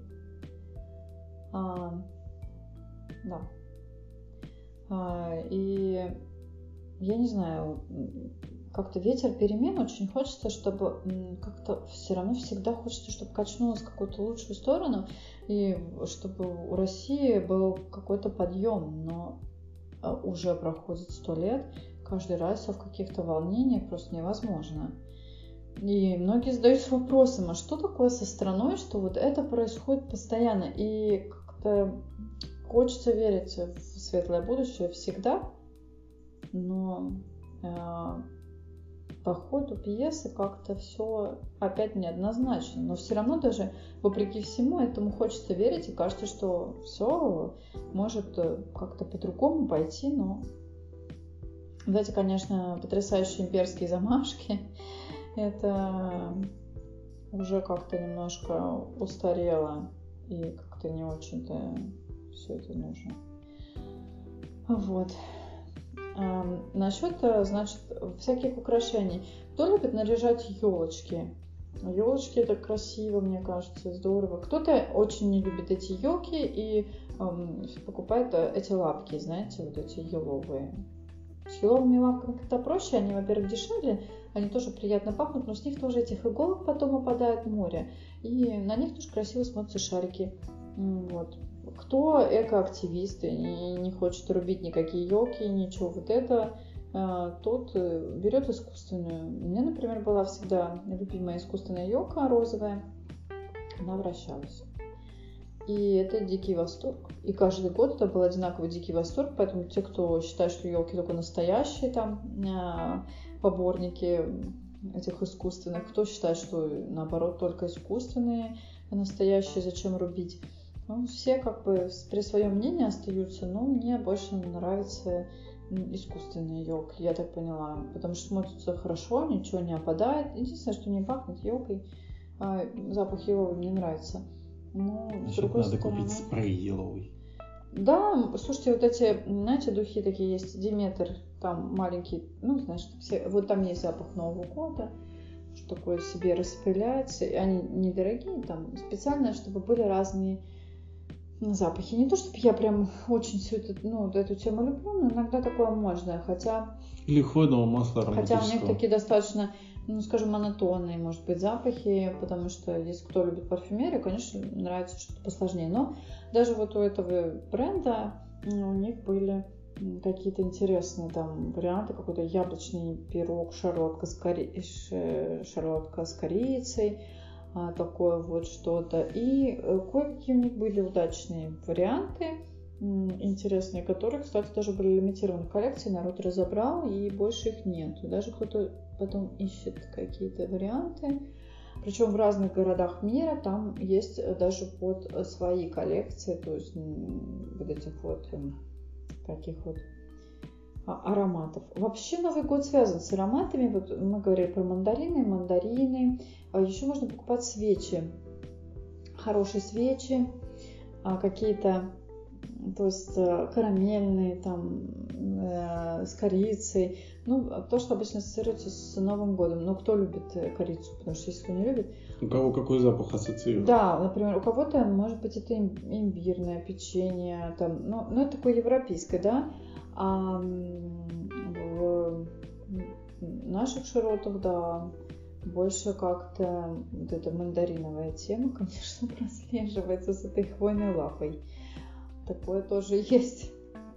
S1: Да. И я не знаю, как-то ветер перемен, очень хочется, чтобы как-то все равно всегда хочется, чтобы качнулось в какую-то лучшую сторону, и чтобы у России был какой-то подъем, но уже проходит 100 лет, каждый раз в каких-то волнениях просто невозможно. И многие задаются вопросом, а что такое со страной, что вот это происходит постоянно, и как-то хочется верить в светлое будущее всегда, но по ходу пьесы как-то все опять неоднозначно. Но все равно даже вопреки всему этому хочется верить, и кажется, что все может как-то по-другому пойти. Но вот эти, конечно, потрясающие имперские замашки, это уже как-то немножко устарело и как-то не очень-то все это нужно. Вот. Насчет, значит, всяких украшений. Кто любит наряжать елочки? Елочки — это красиво, мне кажется, здорово. Кто-то очень не любит эти елки и покупает эти лапки, знаете, вот эти еловые. С еловыми лапками как-то проще, они, во-первых, дешевле, они тоже приятно пахнут, но с них тоже этих иголок потом опадает море, и на них тоже красиво смотрятся шарики. Вот. Кто экоактивист и не хочет рубить никакие елки, ничего вот это, тот берет искусственную. У меня, например, была всегда любимая искусственная елка розовая, она вращалась. И это дикий восторг. И каждый год это был одинаковый дикий восторг, поэтому те, кто считает, что елки только настоящие, там, поборники этих искусственных, кто считает, что наоборот только искусственные, а настоящие зачем рубить. Ну, все как бы при своем мнении остаются, но мне больше нравятся искусственные елки, я так поняла, потому что смотрится хорошо, ничего не опадает. Единственное, что не пахнет елкой, запах еловый мне нравится. Но,
S2: значит,
S1: с другой
S2: надо
S1: стороны,
S2: купить спрей еловый.
S1: Да, слушайте, вот эти, знаете, духи такие есть, Диметр, там маленький, ну, знаешь, все, вот там есть запах Нового года, что такое себе распыляется, они недорогие, там специально, чтобы были разные запахи. Не то, чтобы я прям очень всю эту тему люблю, но иногда такое можно. Хотя...
S2: Или хвойного масла ароматического.
S1: Хотя у них такие достаточно, скажем, монотонные, может быть, запахи, потому что если кто любит парфюмерию, конечно, нравится что-то посложнее. Но даже вот у этого бренда у них были какие-то интересные там варианты, какой-то яблочный пирог, шарлотка с корицей, такое вот что-то. И кое-какие у них были удачные варианты, интересные, которые, кстати, даже были лимитированы в коллекции, народ разобрал, и больше их нет. Даже кто-то потом ищет какие-то варианты. Причем в разных городах мира там есть даже под свои коллекции, то есть вот этих вот таких вот ароматов. Вообще Новый год связан с ароматами. Вот мы говорили про мандарины. Еще можно покупать свечи. Хорошие свечи, какие-то, то есть карамельные, там, с корицей. То, что обычно ассоциируется с Новым годом. Но кто любит корицу? Потому что если кто не любит...
S2: У кого какой запах ассоциирует? Да,
S1: например, у кого-то, может быть, это имбирное печенье, там, это такое европейское, да? А в наших широтах, да, больше как-то вот эта мандариновая тема, конечно, прослеживается с этой хвойной лапой. Такое тоже есть.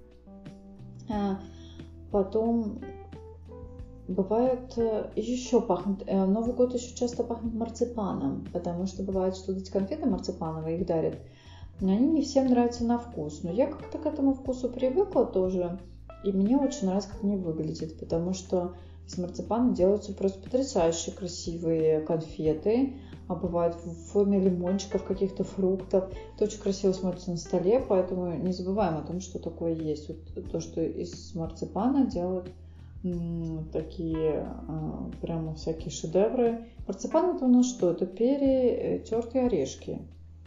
S1: Потом бывает еще пахнет, Новый год еще часто пахнет марципаном, потому что бывает, что эти конфеты марципановые их дарят, но они не всем нравятся на вкус. Но я как-то к этому вкусу привыкла тоже, и мне очень нравится, как они выглядят, потому что из марципана делаются просто потрясающе красивые конфеты, а бывают в форме лимончиков, каких-то фруктов. Это очень красиво смотрится на столе, поэтому не забываем о том, что такое есть. Вот то, что из марципана делают такие прямо всякие шедевры. Марципан — это у нас что? Это перетертые орешки.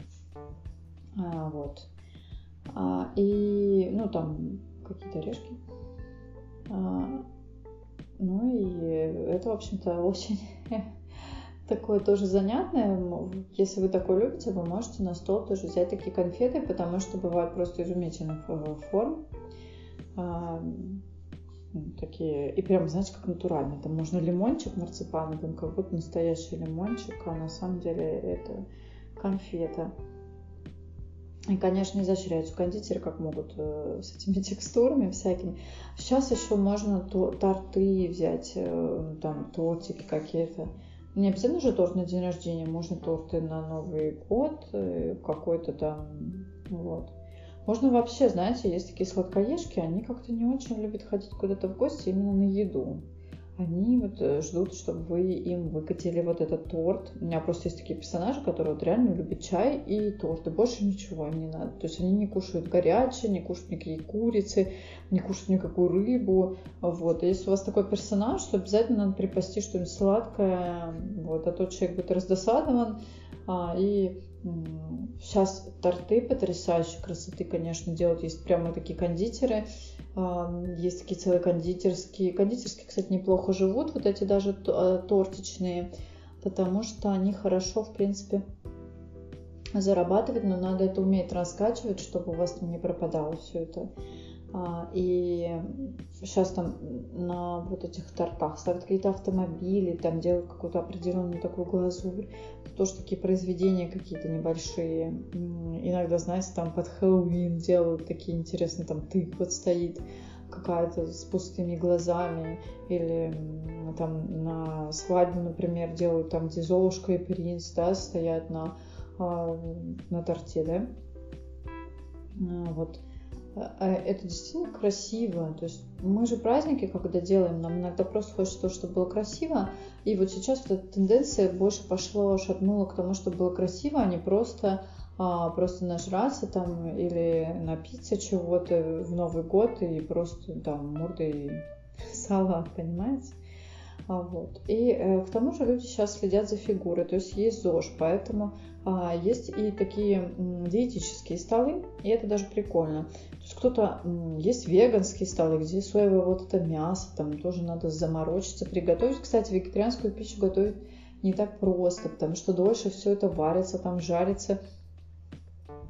S1: Вот. И, там какие-то орешки. И это, в общем-то, очень такое тоже занятное. Если вы такое любите, вы можете на стол тоже взять такие конфеты, потому что бывают просто изумительных форм. Такие, и прям, знаете, как натурально. Там можно лимончик марципана, там как будто настоящий лимончик, а на самом деле это конфета. И, конечно, изощряются кондитеры, как могут, с этими текстурами всякими. Сейчас еще можно торты взять, там тортики какие-то. Не обязательно же торт на день рождения, можно торты на Новый год, какой-то там, вот. Можно вообще, знаете, есть такие сладкоежки, они как-то не очень любят ходить куда-то в гости именно на еду. Они вот ждут, чтобы вы им выкатили вот этот торт. У меня просто есть такие персонажи, которые вот реально любят чай и торт, и больше ничего им не надо. То есть они не кушают горячее, не кушают никакие курицы, не кушают никакую рыбу. Вот. И если у вас такой персонаж, то обязательно надо припасти что-нибудь сладкое. Вот. А то человек будет раздосадован. И сейчас торты потрясающей красоты, конечно, делают. Есть прямо такие кондитеры. Есть такие целые кондитерские. Кондитерские, кстати, неплохо живут, вот эти даже тортичные, потому что они хорошо, в принципе, зарабатывают, но надо это уметь раскачивать, чтобы у вас там не пропадало все это. И сейчас там на вот этих тортах ставят какие-то автомобили, там делают какую-то определенную такую глазурь. Это тоже такие произведения какие-то небольшие. Иногда, знаете, там под Хэллоуин делают такие интересные, там тыква стоит какая-то с пустыми глазами. Или там на свадьбу, например, делают там, где Золушка и принц, да, стоят на торте, да. Вот. Это действительно красиво. То есть мы же праздники, когда делаем, нам иногда просто хочется то, чтобы было красиво. И вот сейчас вот эта тенденция больше шатнула к тому, чтобы было красиво, а не просто нажраться там или напиться чего-то в Новый год и просто там мордой салат, понимаете? Вот. И к тому же люди сейчас следят за фигурой, то есть есть ЗОЖ, поэтому есть и такие диетические столы, и это даже прикольно. То есть кто-то, есть веганские столы, где соевое вот это мясо, там тоже надо заморочиться, приготовить. Кстати, вегетарианскую пищу готовить не так просто, потому что дольше все это варится, там жарится.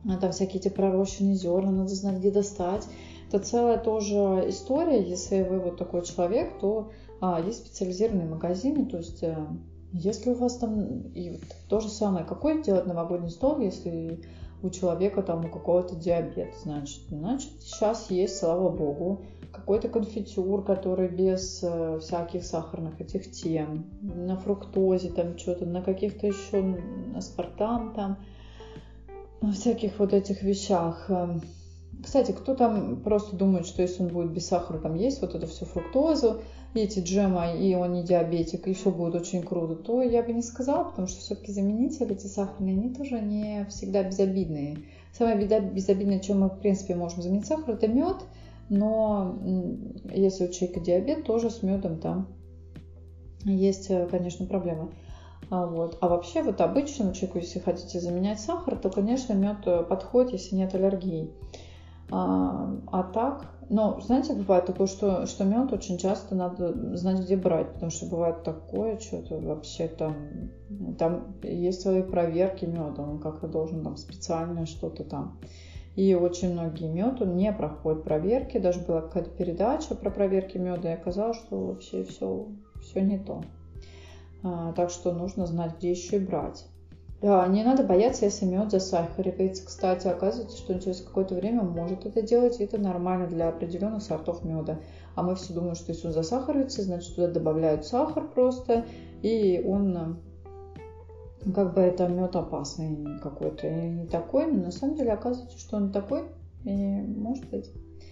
S1: там всякие эти пророщенные зерна, надо знать, где достать. Это целая тоже история. Если вы вот такой человек, то есть специализированные магазины, то есть если у вас там и вот то же самое, какой делать новогодний стол, если у человека там у какого-то диабет, значит сейчас есть, слава богу, какой-то конфитюр, который без всяких сахарных этих тем, на фруктозе там что-то, на каких-то еще аспартам там, на всяких вот этих вещах. Кстати, кто там просто думает, что если он будет без сахара там есть вот эту всю фруктозу, и эти джемы, и он не диабетик, и еще будет очень круто, то я бы не сказала, потому что все-таки заменители эти сахарные, они тоже не всегда безобидные. Самое безобидное, чем мы в принципе можем заменить сахар, это мед, но если у человека диабет, тоже с медом там есть, конечно, проблемы. Вот. А вообще вот обычному человеку, если хотите заменять сахар, то, конечно, мед подходит, если нет аллергии. А так, ну, знаете, бывает такое, что мед очень часто надо знать, где брать, потому что бывает такое, что-то вообще там есть свои проверки меда, он как-то должен там специальное что-то там. И очень многие мед, он не проходит проверки, даже была какая-то передача про проверки меда, и оказалось, что вообще все не то. Так что нужно знать, где еще и брать. Не надо бояться, если мед засахаривается. Кстати, оказывается, что он через какое-то время может это делать, и это нормально для определенных сортов меда. А мы все думаем, что если он засахаривается, значит туда добавляют сахар просто, и он как бы это мед опасный какой-то и не такой. Но на самом деле оказывается, что он такой, и может быть.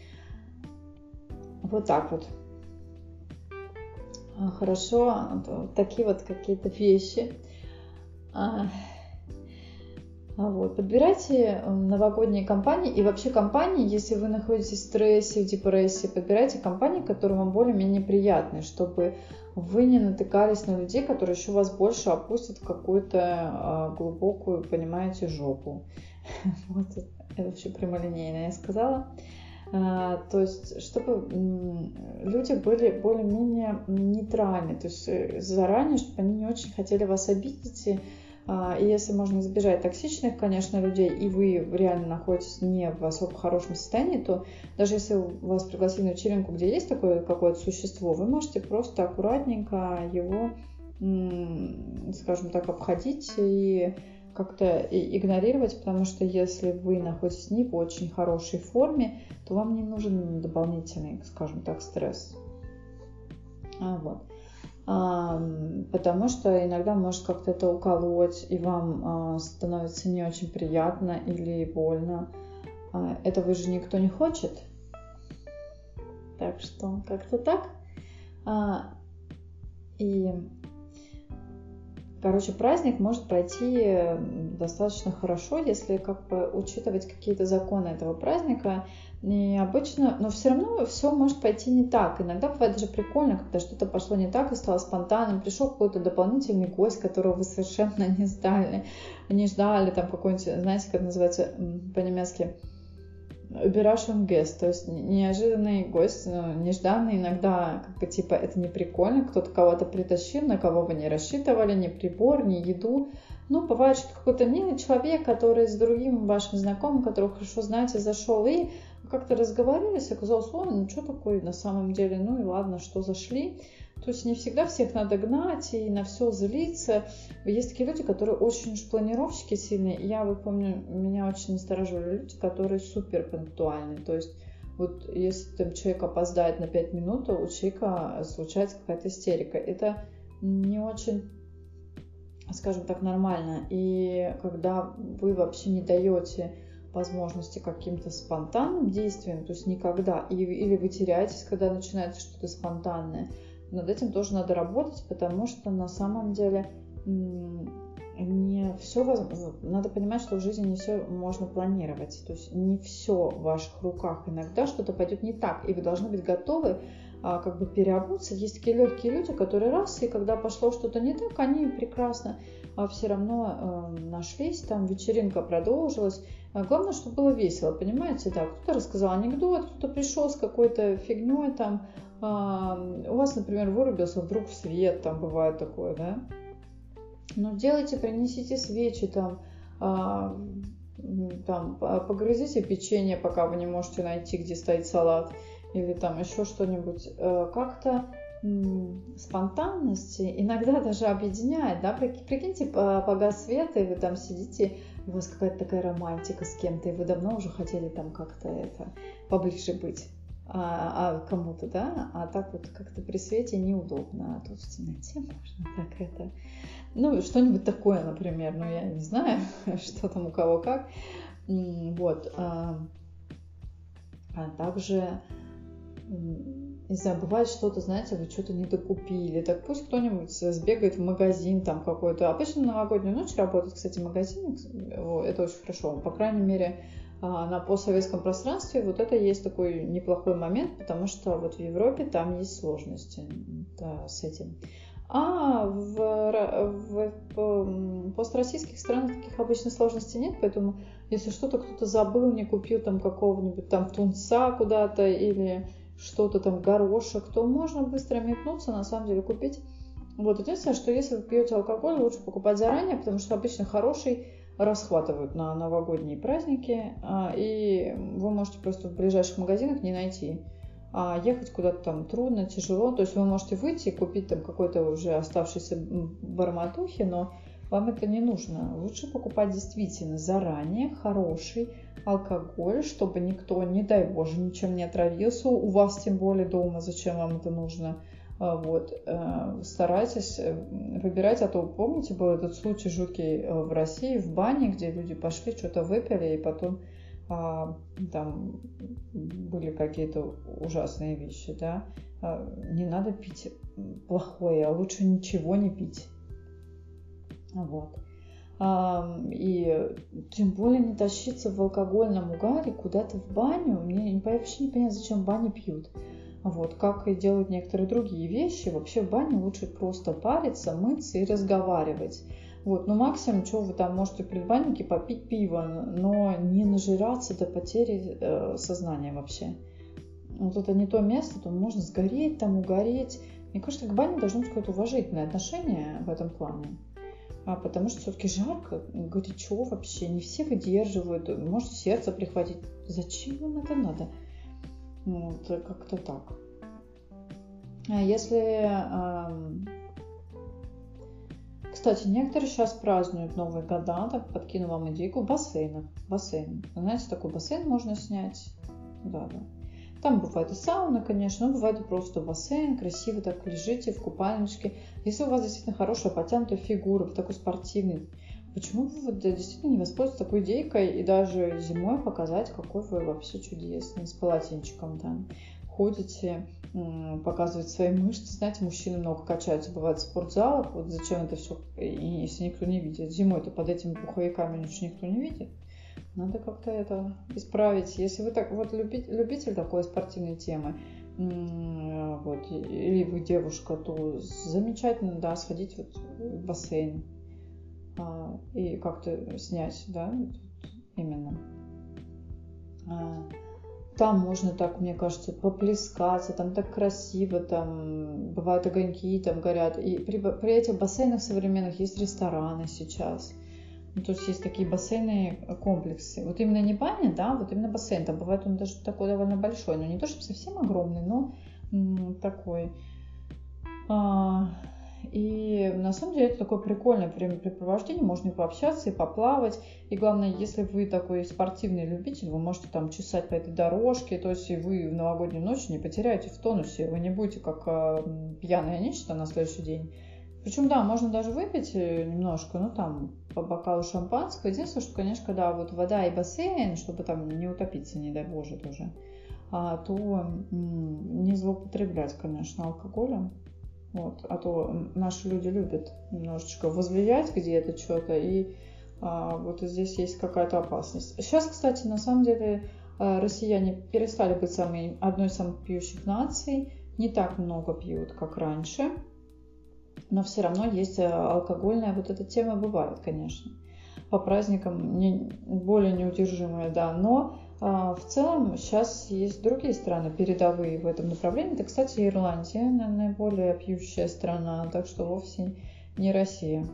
S1: Вот так вот. Хорошо, такие вот какие-то вещи. Вот. Подбирайте новогодние компании и вообще компании, если вы находитесь в стрессе, в депрессии, подбирайте компании, которые вам более-менее приятны, чтобы вы не натыкались на людей, которые еще вас больше опустят в какую-то глубокую, понимаете, жопу. Вот это вообще прямолинейно я сказала. То есть, чтобы люди были более-менее нейтральны, то есть заранее, чтобы они не очень хотели вас обидеть. И если можно избежать токсичных, конечно, людей, и вы реально находитесь не в особо хорошем состоянии, то даже если вас пригласили на вечеринку, где есть такое какое-то существо, вы можете просто аккуратненько его, скажем так, обходить и как-то игнорировать, потому что если вы находитесь не в очень хорошей форме, то вам не нужен дополнительный, скажем так, стресс. Вот. Потому что иногда может как-то это уколоть, и вам становится не очень приятно или больно. Этого же никто не хочет. Так что как-то так. Короче, праздник может пройти достаточно хорошо, если как бы учитывать какие-то законы этого праздника. И обычно, но все равно все может пойти не так. Иногда бывает даже прикольно, когда что-то пошло не так и стало спонтанным. Пришел какой-то дополнительный гость, которого вы совершенно не ждали, там какой-нибудь, знаете, как называется по-немецки, Überraschung Gast, то есть неожиданный гость, нежданный, иногда как бы типа это не прикольно, кто-то кого-то притащил, на кого вы не рассчитывали, ни прибор, ни еду. Ну, бывает, что какой-то милый человек, который с другим вашим знакомым, которого хорошо знаете, зашел и как-то разговаривались, оказалось, ну что такое на самом деле, ну и ладно, что зашли. То есть не всегда всех надо гнать и на все злиться. Есть такие люди, которые очень уж планировщики сильные. Я вот помню, меня очень настораживали люди, которые супер пунктуальны. То есть вот если там человек опоздает на 5 минут, то у человека случается какая-то истерика. Это не очень, скажем так, нормально. И когда вы вообще не даете возможности каким-то спонтанным действиям, то есть никогда, или вы теряетесь, когда начинается что-то спонтанное, над этим тоже надо работать, потому что на самом деле не все надо понимать, что в жизни не все можно планировать, то есть не все в ваших руках, иногда что-то пойдет не так, и вы должны быть готовы как бы переобуться. Есть такие легкие люди, которые раз, и когда пошло что-то не так, они прекрасно все равно нашлись, там вечеринка продолжилась. Главное, чтобы было весело, понимаете, да, кто-то рассказал анекдот, кто-то пришел с какой-то фигней, там, у вас, например, вырубился вдруг свет, там бывает такое, да, ну, делайте, принесите свечи, там, там погрызите печенье, пока вы не можете найти, где стоит салат, или там еще что-нибудь. Как-то спонтанность иногда даже объединяет, да, прикиньте, погас свет, и вы там сидите, у вас какая-то такая романтика с кем-то, и вы давно уже хотели там как-то поближе быть кому-то, да, а так вот как-то при свете неудобно, а тут в темноте можно так что-нибудь такое, например, я не знаю, что там у кого как, вот, а также, не знаю, бывает что-то, знаете, вы что-то не докупили, так пусть кто-нибудь сбегает в магазин там какой-то. Обычно на новогоднюю ночь работает, кстати, магазин, это очень хорошо, по крайней мере, на постсоветском пространстве вот это есть такой неплохой момент, потому что вот в Европе там есть сложности с этим. А в построссийских странах таких обычно сложностей нет, поэтому если что-то кто-то забыл, не купил там какого-нибудь там тунца куда-то или что-то там, горошек, то можно быстро метнуться, на самом деле купить. Вот, единственное, что если вы пьете алкоголь, лучше покупать заранее, потому что обычно хороший расхватывают на новогодние праздники, и вы можете просто в ближайших магазинах не найти. А ехать куда-то там трудно, тяжело, то есть вы можете выйти и купить там какой-то уже оставшийся барматухи, но вам это не нужно. Лучше покупать действительно заранее хороший алкоголь, чтобы никто, не дай боже, ничем не отравился, у вас тем более дома, зачем вам это нужно. Вот. Старайтесь выбирать, а то, помните, был этот случай жуткий в России, в бане, где люди пошли, что-то выпили, и потом там были какие-то ужасные вещи, да. Не надо пить плохое, а лучше ничего не пить. Вот. И тем более не тащиться в алкогольном угаре куда-то в баню. Мне вообще не понятно, зачем в бане пьют. Вот, как и делают некоторые другие вещи. Вообще в бане лучше просто париться, мыться и разговаривать. Вот, максимум, что вы там можете в предбаннике попить пиво, но не нажираться до потери сознания вообще. Вот это не то место, то можно сгореть, там угореть. Мне кажется, к бане должно быть какое-то уважительное отношение в этом плане. Потому что все-таки жарко, горячо вообще, не все выдерживают, может сердце прихватить. Зачем вам это надо? Вот, как-то так. Если... Кстати, некоторые сейчас празднуют Новые года, так подкину вам идейку, в бассейнах. Бассейн. Знаете, такой бассейн можно снять. Да. Там бывает и сауна, конечно, но бывает и просто бассейн, красиво так лежите в купальничке. Если у вас действительно хорошая потянутая фигура, вы такой спортивный, почему вы действительно не воспользоваться такой идейкой и даже зимой показать, какой вы вообще чудесный, с полотенчиком там ходите, показывать свои мышцы. Знаете, мужчины много качаются, бывает в спортзалах, вот зачем это все, если никто не видит. Зимой-то под этими пуховиками ничего никто не видит. Надо как-то это исправить. Если вы так вот любитель такой спортивной темы, вот, или вы девушка, то замечательно, да, сходить вот в бассейн и как-то снять, да, именно. Там можно так, мне кажется, поплескаться, там так красиво, там бывают огоньки, там горят. И при этих бассейнах современных есть рестораны сейчас. То есть есть такие бассейные комплексы. Вот именно не баня, да, вот именно бассейн. Там бывает он даже такой довольно большой, но не то, чтобы совсем огромный, но такой. И на самом деле это такое прикольное времяпрепровождение, можно и пообщаться, и поплавать. И главное, если вы такой спортивный любитель, вы можете там чесать по этой дорожке, то есть вы в новогоднюю ночь не потеряете в тонусе, вы не будете как пьяное нечто на следующий день. Причем, да, можно даже выпить немножко, ну там по бокалу шампанского. Единственное, что, конечно, когда вот вода и бассейн, чтобы там не утопиться, не дай боже тоже, то не злоупотреблять, конечно, алкоголем. Вот, а то наши люди любят немножечко возлиять где-то что-то, и вот здесь есть какая-то опасность. Сейчас, кстати, на самом деле россияне перестали быть одной из самых пьющих наций, не так много пьют, как раньше, но все равно есть алкогольная вот эта тема бывает, конечно. По праздникам более неудержимая, да, но в целом сейчас есть другие страны передовые в этом направлении. Это, кстати, Ирландия, наиболее пьющая страна, так что вовсе не Россия.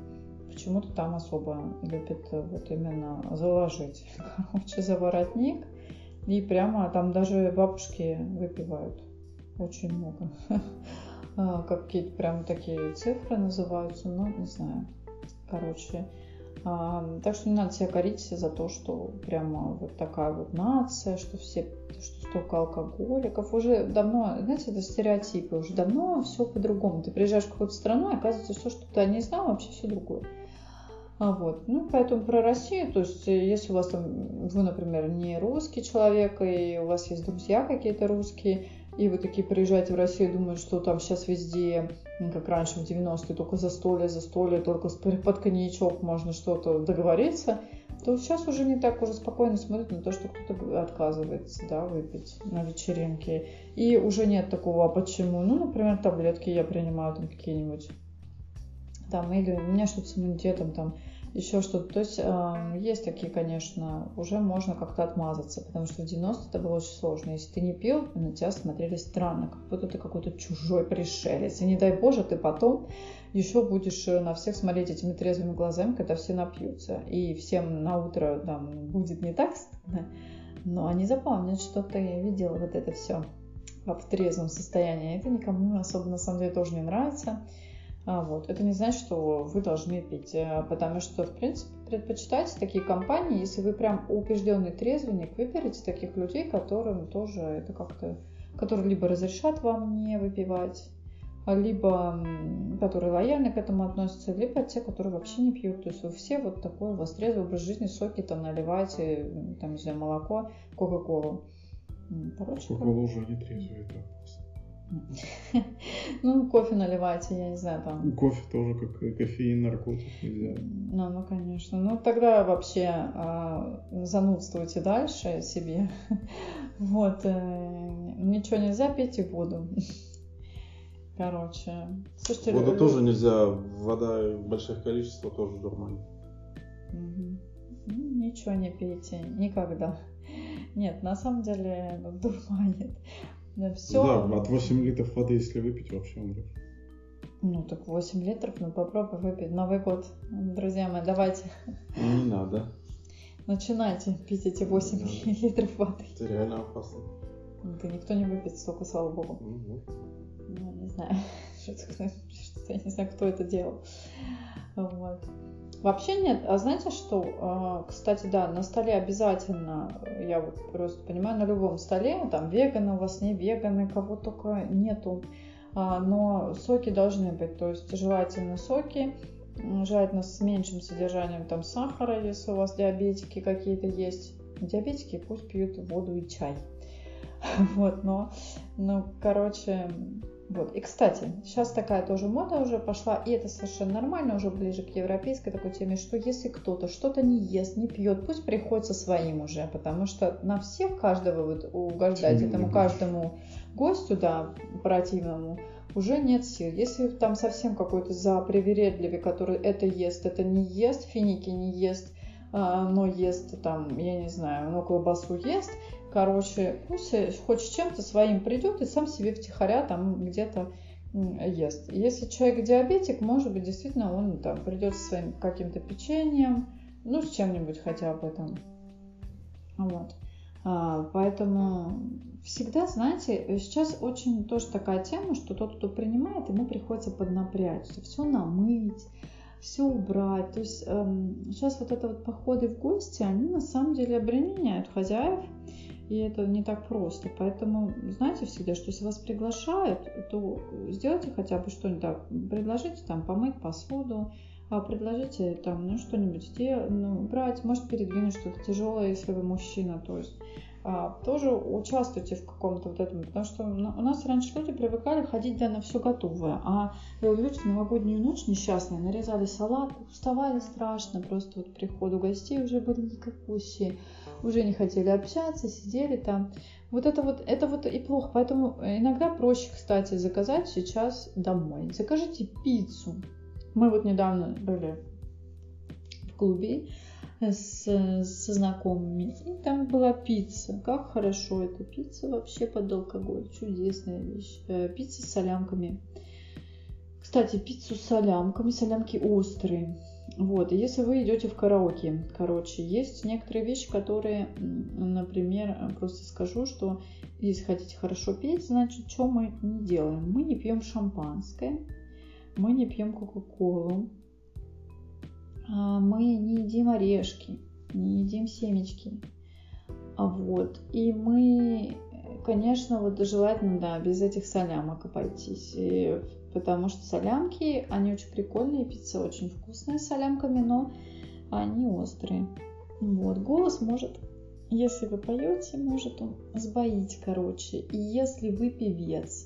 S1: почему-то там особо любят вот именно заложить, короче, за воротник. И прямо там даже бабушки выпивают очень много. Какие-то прям такие цифры называются, но не знаю. Короче, так что не надо себя корить за то, что прямо вот такая вот нация, что столько алкоголиков. Уже давно, знаете, это стереотипы, уже давно все по-другому. Ты приезжаешь в какую-то страну, и оказывается, все, что ты не знал, вообще все другое. Вот. Ну, поэтому про Россию, то есть, если у вас там, вы, например, не русский человек, и у вас есть друзья какие-то русские, и вы такие приезжаете в Россию и думаете, что там сейчас везде, как раньше в 90-е, только застолье, только под коньячок можно что-то договориться, то сейчас уже не так уже спокойно смотрят на то, что кто-то отказывается, да, выпить на вечеринке. И уже нет такого, а почему? Ну, например, таблетки я принимаю там какие-нибудь, там, или у меня что-то с иммунитетом, там, еще что-то. То есть есть такие, конечно, уже можно как-то отмазаться, потому что в 90-е это было очень сложно. Если ты не пил, на тебя смотрели странно, как будто ты какой-то чужой пришелец. И не дай Боже, ты потом еще будешь на всех смотреть этими трезвыми глазами, когда все напьются. И всем на утро там будет не так стыдно, но они запомнят, что ты видела вот это все в трезвом состоянии. Это никому особо на самом деле тоже не нравится. Вот. Это не значит, что вы должны пить, потому что, в принципе, предпочитайте такие компании, если вы прям убежденный трезвенник, выберите таких людей, которым тоже это как-то, которые либо разрешат вам не выпивать, либо которые лояльно к этому относятся, либо те, которые вообще не пьют. То есть вы все вот такой у вас трезвый образ жизни, соки там наливайте, там, не знаю, молоко, кока-колу.
S2: Кока-колу уже не трезвый, это опасно.
S1: Ну, кофе наливайте, я не знаю, там.
S2: Кофе тоже как кофеин, наркотик нельзя.
S1: Ну, конечно. Ну, тогда вообще занудствуйте дальше себе. Вот. Ничего нельзя, пейте воду. Короче. Слушайте,
S3: воду тоже нельзя, вода в больших количествах тоже дурманит.
S1: Ничего не пейте, никогда. Нет, на самом деле дурманит.
S2: Да, все. Да, от 8 литров воды, если выпить, вообще умрешь.
S1: Ну, так 8 литров, ну попробуй выпить. Новый год, друзья мои, давайте.
S3: Не надо.
S1: Начинайте пить эти 8 литров воды.
S3: Это реально опасно.
S1: Да никто не выпьет столько, слава богу. Ну, не знаю, я не знаю, кто это делал. Вот. Вообще нет. А знаете что? Кстати, да, на столе обязательно, я вот просто понимаю, на любом столе, там веганы у вас, не веганы, кого только нету, но соки должны быть. То есть желательно соки, желательно с меньшим содержанием там сахара, если у вас диабетики какие-то есть. Диабетики пусть пьют воду и чай. Вот, короче... Вот. И, кстати, сейчас такая тоже мода уже пошла, и это совершенно нормально, уже ближе к европейской такой теме, что если кто-то что-то не ест, не пьет, пусть приходит со своим уже, потому что на всех каждого вот угождать этому каждому гостю, да, противному, уже нет сил. Если там совсем какой-то привередливый, который это ест, это не ест, финики не ест, но ест там, я не знаю, но колбасу ест, короче, пусть хоть с чем-то своим придет и сам себе втихаря там где-то ест. Если человек диабетик, может быть, действительно он там придет со своим каким-то печеньем, ну, с чем-нибудь хотя бы там. Вот. Поэтому всегда, знаете, сейчас очень тоже такая тема, что тот, кто принимает, ему приходится поднапрячь, все намыть, все убрать. То есть сейчас вот это вот походы в гости, они на самом деле обременяют хозяев, и это не так просто. Поэтому знаете всегда, что если вас приглашают, то сделайте хотя бы что-нибудь так. Предложите там помыть посуду, предложите там что-нибудь брать, может передвинуть что-то тяжелое, если вы мужчина. То есть тоже участвуйте в каком-то вот этом, потому что у нас раньше люди привыкали ходить на все готовое, а люди в новогоднюю ночь несчастные нарезали салат, уставали страшно, просто вот приходу гостей уже были никакущие, уже не хотели общаться, сидели там. Вот это и плохо, поэтому иногда проще, кстати, заказать сейчас домой. Закажите пиццу. Мы вот недавно были в клубе со знакомыми, и там была пицца. Как хорошо эта пицца вообще под алкоголь. Чудесная вещь. Пицца с солямками. Кстати, пиццу с солямками. Солямки острые. Вот, и если вы идете в караоке, короче, есть некоторые вещи, которые, например, просто скажу, что если хотите хорошо петь, значит, что мы не делаем? Мы не пьем шампанское, мы не пьем кока-колу, мы не едим орешки, не едим семечки. Вот, и мы, конечно, вот желательно, да, без этих солямок обойтись. Потому что солямки, они очень прикольные, пицца очень вкусная с солямками, но они острые. Вот, голос может, если вы поете, может он сбоить, короче. И если вы певец,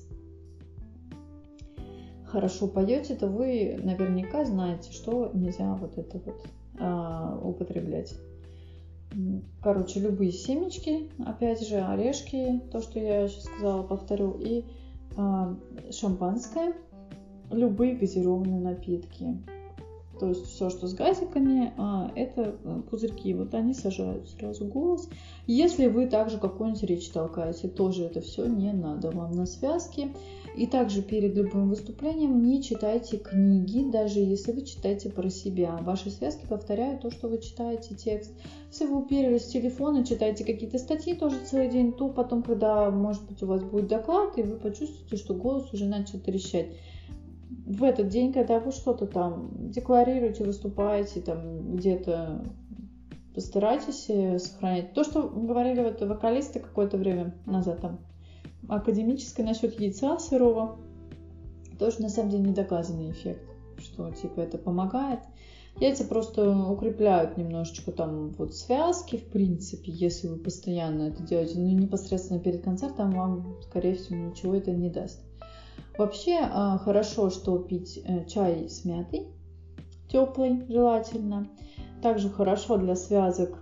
S1: хорошо поете, то вы наверняка знаете, что нельзя вот это вот употреблять. Короче, любые семечки, опять же, орешки, то, что я сейчас сказала, повторю, и шампанское, любые газированные напитки. То есть все, что с газиками, это пузырьки. Вот они сажают сразу голос. Если вы также какую-нибудь речь толкаете, тоже это все не надо вам на связке. И также перед любым выступлением не читайте книги, даже если вы читаете про себя. Ваши связки повторяют то, что вы читаете, текст. Если вы уперились в телефон и читаете какие-то статьи тоже целый день, то потом, когда, может быть, у вас будет доклад, и вы почувствуете, что голос уже начал трещать. В этот день, когда вы что-то там декларируете, выступаете, там где-то, постарайтесь сохранять. То, что говорили вот вокалисты какое-то время назад, там, академическое насчет яйца сырого, тоже на самом деле недоказанный эффект, что типа это помогает. Яйца просто укрепляют немножечко там вот связки, в принципе, если вы постоянно это делаете, но непосредственно перед концертом вам, скорее всего, ничего это не даст. Вообще хорошо, что пить чай с мятой, теплый желательно. Также хорошо для связок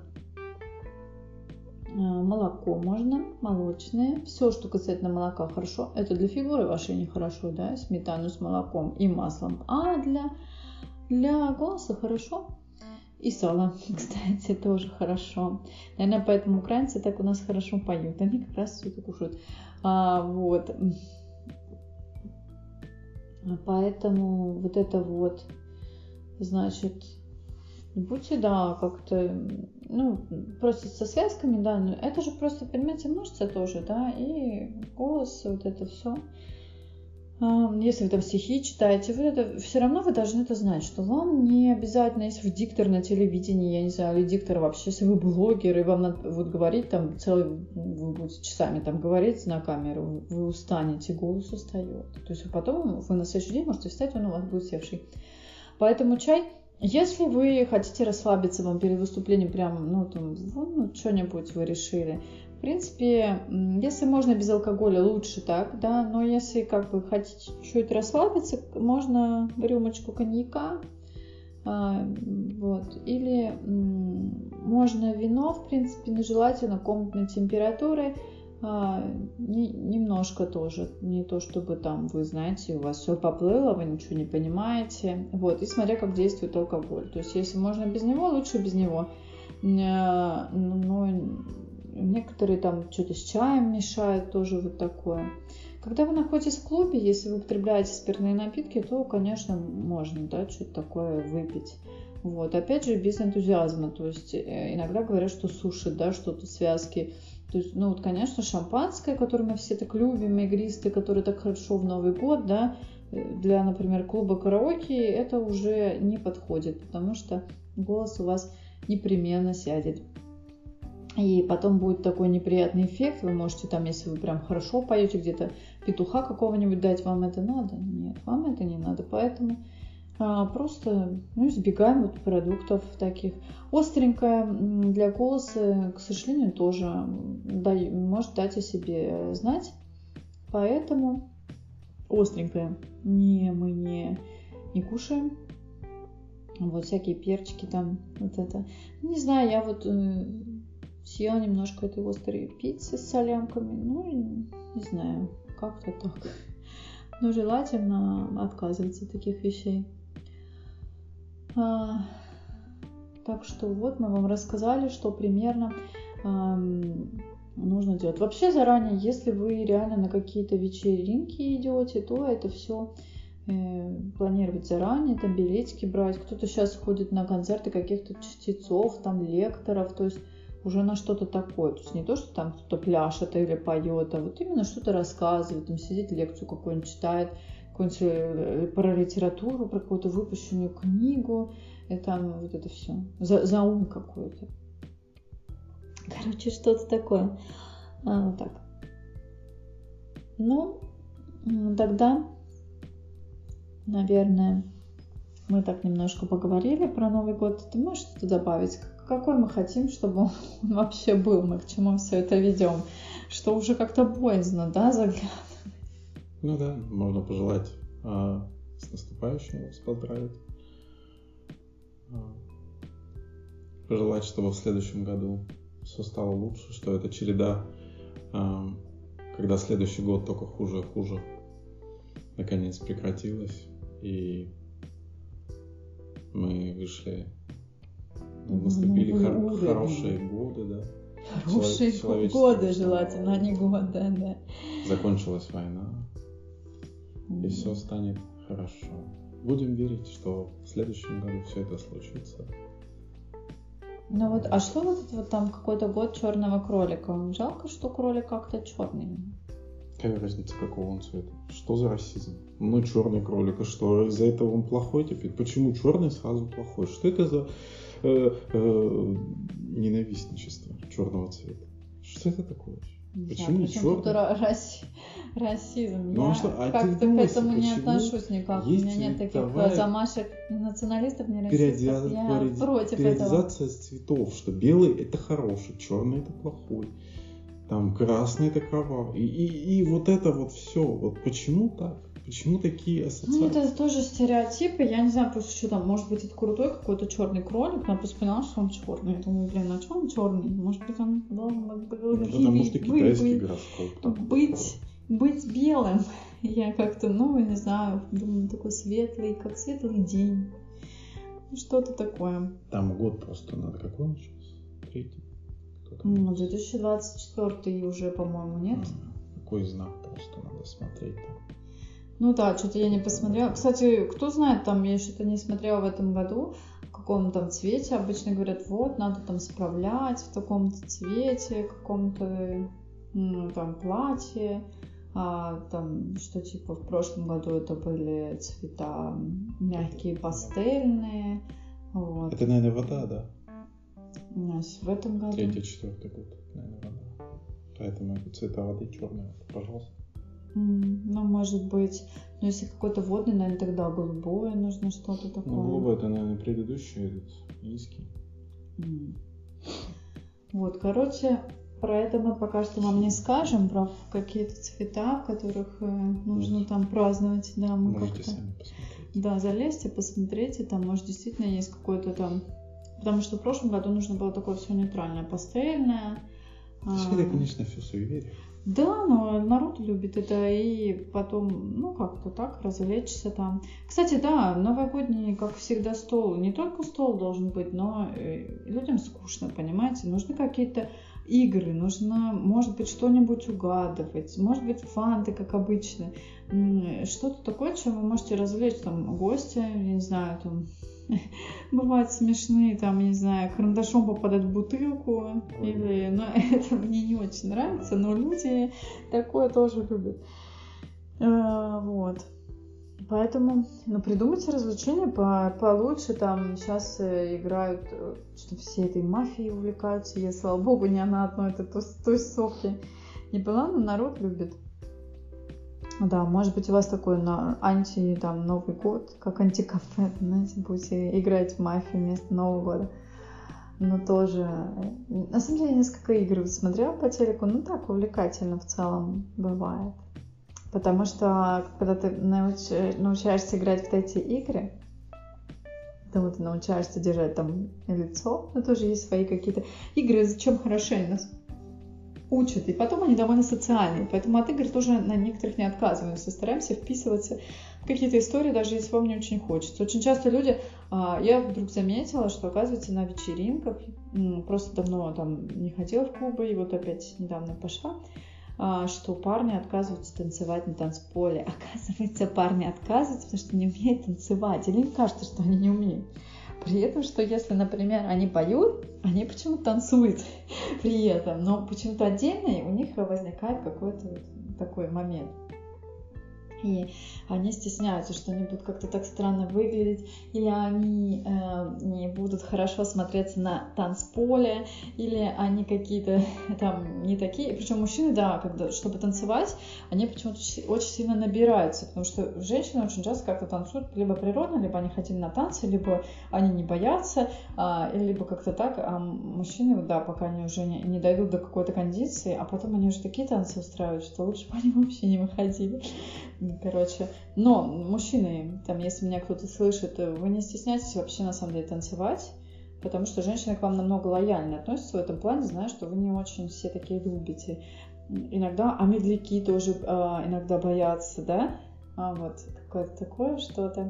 S1: молоко можно, молочное. Все, что касательно молока, хорошо. Это для фигуры вашей нехорошо, да, сметану с молоком и маслом. А для голоса хорошо. И сало, кстати, тоже хорошо. Наверное, поэтому украинцы так у нас хорошо поют. Они как раз все это кушают. Вот. Поэтому вот это вот, значит, будьте, да, как-то, ну, просто со связками, да, но это же просто, понимаете, мышца тоже, да, и голос, вот это все. Если вы там стихи читаете, вы это, все равно вы должны это знать, что вам не обязательно, если вы диктор на телевидении, я не знаю, или диктор вообще, если вы блогер, и вам надо вот говорить там вы будете часами там говорить на камеру, вы устанете, голос устает. То есть потом вы на следующий день можете встать, он у вас будет севший. Поэтому чай, если вы хотите расслабиться вам перед выступлением, прям, ну, там, что-нибудь вы решили, в принципе, если можно без алкоголя, лучше так, да, но если как бы хотите чуть расслабиться, можно рюмочку коньяка, вот, или можно вино, в принципе, но желательно комнатной температуры, немножко тоже, не то чтобы там, вы знаете, у вас все поплыло, вы ничего не понимаете, вот, и смотря как действует алкоголь, то есть если можно без него, лучше без него, но некоторые там что-то с чаем мешают, тоже вот такое. Когда вы находитесь в клубе, если вы употребляете спиртные напитки, то, конечно, можно, да, что-то такое выпить. Вот, опять же, без энтузиазма, то есть иногда говорят, что сушит, да, что-то связки. То есть, ну вот, конечно, шампанское, которое мы все так любим, игристое, которое так хорошо в Новый год, да, для, например, клуба караоке, это уже не подходит, потому что голос у вас непременно сядет. И потом будет такой неприятный эффект. Вы можете там, если вы прям хорошо поете, где-то петуха какого-нибудь дать. Вам это надо? Нет, вам это не надо. Поэтому просто избегаем вот продуктов таких. Остренькое для голоса, к сожалению, тоже может дать о себе знать. Поэтому остренькое мы не кушаем. Вот всякие перчики там, вот это. Не знаю, я вот съела немножко этой острой пиццы с солямками. Ну, не знаю, как-то так. Но желательно отказываться от таких вещей. Так что вот мы вам рассказали, что примерно нужно делать. Вообще заранее, если вы реально на какие-то вечеринки идете, то это все планировать заранее, там билетики брать. Кто-то сейчас ходит на концерты каких-то чтецов, там лекторов, то есть уже на что-то такое. То есть не то, что там кто-то пляшет или поет, а вот именно что-то рассказывает, там сидит, лекцию какую-нибудь читает, какую-нибудь про литературу, про какую-то выпущенную книгу, и там вот это все. За ум какой-то. Короче, что-то такое. Вот так. Ну, тогда, наверное, мы так немножко поговорили про Новый год. Ты можешь что-то добавить? Какой мы хотим, чтобы он вообще был? Мы к чему все это ведем? Что уже как-то боязно, да, заглядывать?
S3: Ну да, можно пожелать с наступающим вас поздравить. Пожелать, чтобы в следующем году все стало лучше, что эта череда, когда следующий год только хуже и хуже, наконец прекратилась, и мы вышли, наступили хорошие годы, да.
S1: Хорошие годы, желательно, а не годы, да.
S3: Закончилась война, и все станет хорошо. Будем верить, что в следующем году все это случится.
S1: Ну вот, а что вот там какой-то год черного кролика? Жалко, что кролик как-то черный.
S3: Какая разница, какого он цвета? Что за расизм? Ну, черный кролик, а что, из-за этого он плохой теперь? Почему черный сразу плохой? Что это за ненавистничество черного цвета? Что это такое? Почему черный?
S1: Расизм.
S3: Ну,
S1: я как-то к этому не отношусь никак. У меня нет таких замашек националистов, не расистов. Я против этого.
S3: Периодизация цветов, что белый это хороший, черный это плохой. Там красный это кровавый. И вот это вот все. Вот почему так? Почему такие ассоциации?
S1: Ну, это тоже стереотипы. Я не знаю, просто что там, может быть, это крутой какой-то черный кролик, но я просто поняла, что он черный. Я думаю, блин, а что он черный? Может быть, он должен
S3: потому что китайский гороскоп.
S1: Быть белым. Я как-то, не знаю, думаю, такой светлый, как светлый день. Что-то такое.
S3: Там год просто надо. Какой он сейчас? Третий?
S1: 2024 уже, по-моему, нет?
S3: Какой знак просто надо смотреть там.
S1: Ну да, что-то я не посмотрела. Кстати, кто знает, там я что-то не смотрела в этом году, в каком там цвете. Обычно говорят, вот, надо там справлять в таком-то цвете, каком-то там платье. Там, что типа в прошлом году это были цвета мягкие, пастельные. Вот.
S3: Это, наверное, вода, да?
S1: У нас в этом году.
S3: 3-4 год, наверное, вода. Поэтому цвета воды черные, пожалуйста.
S1: Ну, может быть. Но если какой-то водный, наверное, тогда голубое нужно что-то такое.
S3: Ну, голубое это, наверное, предыдущий, этот низкий.
S1: Вот, короче, про это мы пока что вам не скажем, про какие-то цвета, в которых нужно там праздновать. Да, мы
S3: можете
S1: как-то...
S3: сами посмотреть.
S1: Да, залезьте, посмотрите, там, может, действительно есть какой-то там... Потому что в прошлом году нужно было такое все нейтральное, пастельное.
S3: Это, конечно, все суеверие.
S1: Да, но народ любит это, и потом, как-то так, развлечься там. Кстати, да, новогодний, как всегда, стол. Не только стол должен быть, но людям скучно, понимаете? Нужны какие-то игры, нужно, может быть, что-нибудь угадывать, может быть, фанты, как обычно. Что-то такое, чем вы можете развлечь там гостя, я не знаю, там... Бывают смешные, там, не знаю, карандашом попадать в бутылку, или, это мне не очень нравится, но люди такое тоже любят. Вот. Поэтому, придумайте развлечения получше, там, сейчас играют, что все этой мафией увлекаются, я, слава богу, не на одной этой тусовке не была, но народ любит. Да, может быть, у вас такой Новый год, как антикафе, знаете, будете играть в мафию вместо Нового года. Но тоже... На самом деле, я несколько игр смотрела по телеку, так увлекательно в целом бывает. Потому что, когда ты научаешься играть в эти игры, потом ты научаешься держать там лицо, но тоже есть свои какие-то игры, зачем хороши они нас учат, и потом они довольно социальные, поэтому от игр тоже на некоторых не отказываемся, стараемся вписываться в какие-то истории, даже если вам не очень хочется. Очень часто люди, я вдруг заметила, что, оказывается, на вечеринках, просто давно там не ходила в клубы, и вот опять недавно пошла, что парни отказываются танцевать на танцполе. Оказывается, парни отказываются, потому что не умеют танцевать. Или им кажется, что они не умеют. При этом, что если, например, они поют, они почему-то танцуют при этом, но почему-то отдельно у них возникает какой-то вот такой момент. И они стесняются, что они будут как-то так странно выглядеть, или они не будут хорошо смотреться на танцполе, или они какие-то там не такие. Причем мужчины, да, чтобы танцевать, они почему-то очень сильно набираются, потому что женщины очень часто как-то танцуют либо природно, либо они хотят на танцы, либо они не боятся, либо как-то так, а мужчины, да, пока они уже не дойдут до какой-то кондиции, а потом они уже такие танцы устраивают, что лучше бы они вообще не выходили. Короче, но мужчины, там, если меня кто-то слышит, вы не стесняйтесь вообще на самом деле танцевать, потому что женщины к вам намного лояльно относятся в этом плане, зная, что вы не очень все такие любите. Иногда, медляки тоже иногда боятся, да, вот какое-то такое что-то.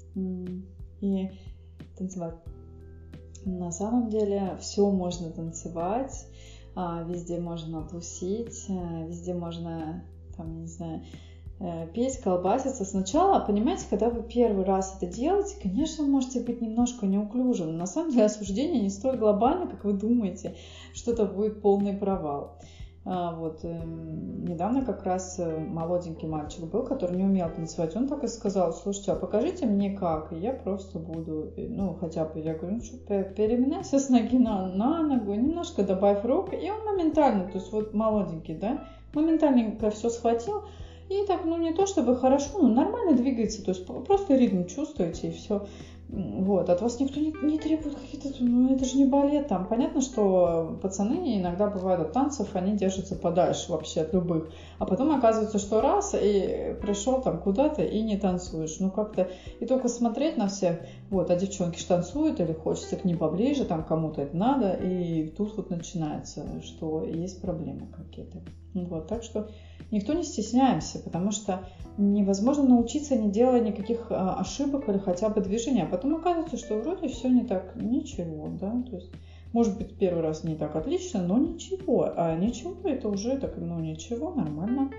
S1: И танцевать. На самом деле все можно танцевать, везде можно тусить, везде можно, там, не знаю, петь, колбаситься. Сначала, понимаете, когда вы первый раз это делаете, конечно, вы можете быть немножко неуклюжим. На самом деле осуждение не столь глобально, как вы думаете, что это будет полный провал. Вот недавно как раз молоденький мальчик был, который не умел танцевать. Он так и сказал: слушайте, а покажите мне как, и я просто буду, хотя бы, я говорю, переминайся с ноги на ногу, немножко добавь рук, и он моментально, то есть вот молоденький, да, моментально все схватил. И так, не то чтобы хорошо, но нормально двигается, то есть просто ритм чувствуете, и все. Вот, от вас никто не требует какие-то, это же не балет там. Понятно, что пацаны иногда бывают от танцев, они держатся подальше вообще от любых. А потом оказывается, что раз, и пришел там куда-то, и не танцуешь. Как-то, и только смотреть на всех, вот, а девчонки ж танцуют, или хочется к ним поближе, там кому-то это надо, и тут вот начинается, что есть проблемы какие-то. Вот, так что никто не стесняемся, потому что невозможно научиться, не делая никаких ошибок или хотя бы движения. А потом оказывается, что вроде все не так, ничего, да, то есть, может быть, первый раз не так отлично, но ничего, ничего, это уже так, ничего, нормально.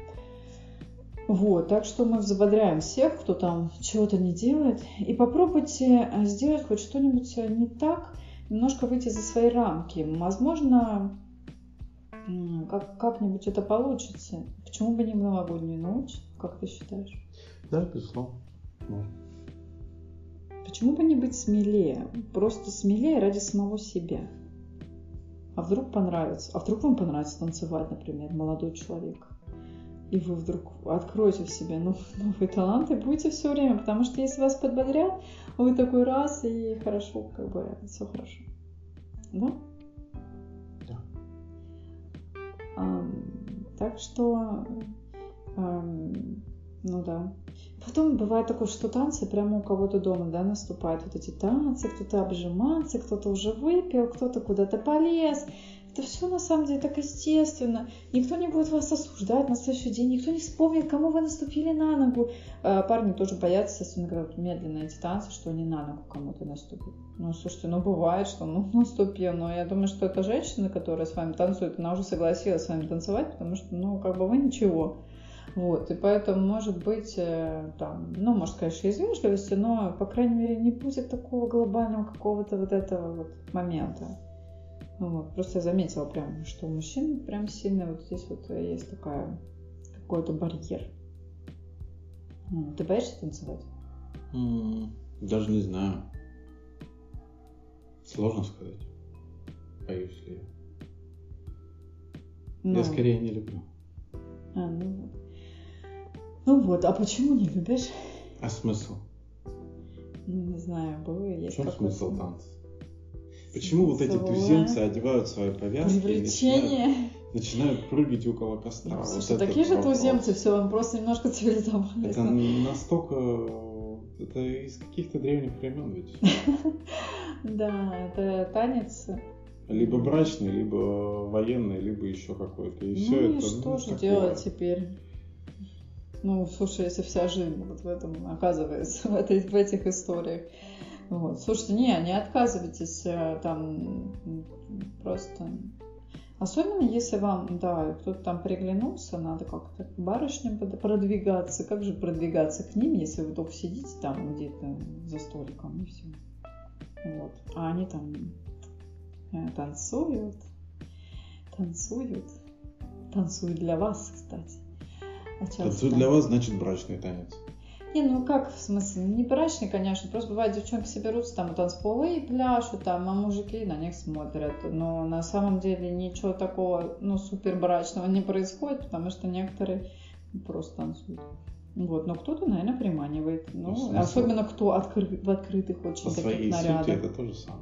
S1: Вот, так что мы взбодряем всех, кто там чего-то не делает, и попробуйте сделать хоть что-нибудь не так, немножко выйти за свои рамки. Возможно, как-нибудь это получится. Почему бы не в новогоднюю ночь? Как ты считаешь?
S3: Да, безусловно. Можно.
S1: Почему бы не быть смелее? Просто смелее ради самого себя. А вдруг понравится? А вдруг вам понравится танцевать, например, молодой человек? И вы вдруг откроете в себе новые таланты, будете все время. Потому что если вас подбодрят, вы такой раз, и хорошо, все хорошо. Да? Так что, да. Потом бывает такое, что танцы прямо у кого-то дома, да, наступают вот эти танцы, кто-то обжимается, кто-то уже выпил, кто-то куда-то полез. Это все на самом деле так естественно. Никто не будет вас осуждать на следующий день, никто не вспомнит, кому вы наступили на ногу. Парни тоже боятся, особенно когда медленно эти танцы, что они на ногу кому-то наступят. Слушайте, бывает, что наступил, но я думаю, что эта женщина, которая с вами танцует, она уже согласилась с вами танцевать, потому что, вы ничего. Вот, и поэтому, может быть, может, конечно, из вежливости, но, по крайней мере, не будет такого глобального какого-то вот этого вот момента. Просто я заметила прям, что у мужчин прям сильно вот здесь вот есть какой-то барьер. Ты боишься танцевать?
S3: Даже не знаю. Сложно сказать. Боюсь ли я. Я скорее не люблю.
S1: А почему не любишь?
S3: А смысл?
S1: Не знаю, есть
S3: какой-то... В чем смысл танца? Почему вот эти
S1: Целое.
S3: туземцы одевают свои повязки
S1: и
S3: начинают прыгать около костра?
S1: Слушай, такие же туземцы, все, он просто немножко цивилизованный.
S3: Это настолько... Это из каких-то древних времен ведь.
S1: Да, это танец.
S3: Либо брачный, либо военный, либо еще какой-то. И все это.
S1: Что же делать теперь? Слушай, если вся жизнь вот в этом оказывается, в этих историях. Вот. Слушайте, не отказывайтесь там просто. Особенно, если вам, да, кто-то там приглянулся, надо как-то к барышням продвигаться. Как же продвигаться к ним, если вы только сидите там где-то за столиком и все. Вот. А они там танцуют. Танцуют для вас, кстати.
S3: Танцуют для вас, значит, брачный танец.
S1: Не, ну как, в смысле, не брачный, конечно, просто бывает, девчонки соберутся там у танцпола и пляшут, там, а мужики на них смотрят, но на самом деле ничего такого, супер брачного не происходит, потому что некоторые просто танцуют. Вот, но кто-то, наверное, приманивает, особенно кто в открытых очень таких нарядах.
S3: Сути это то же самое.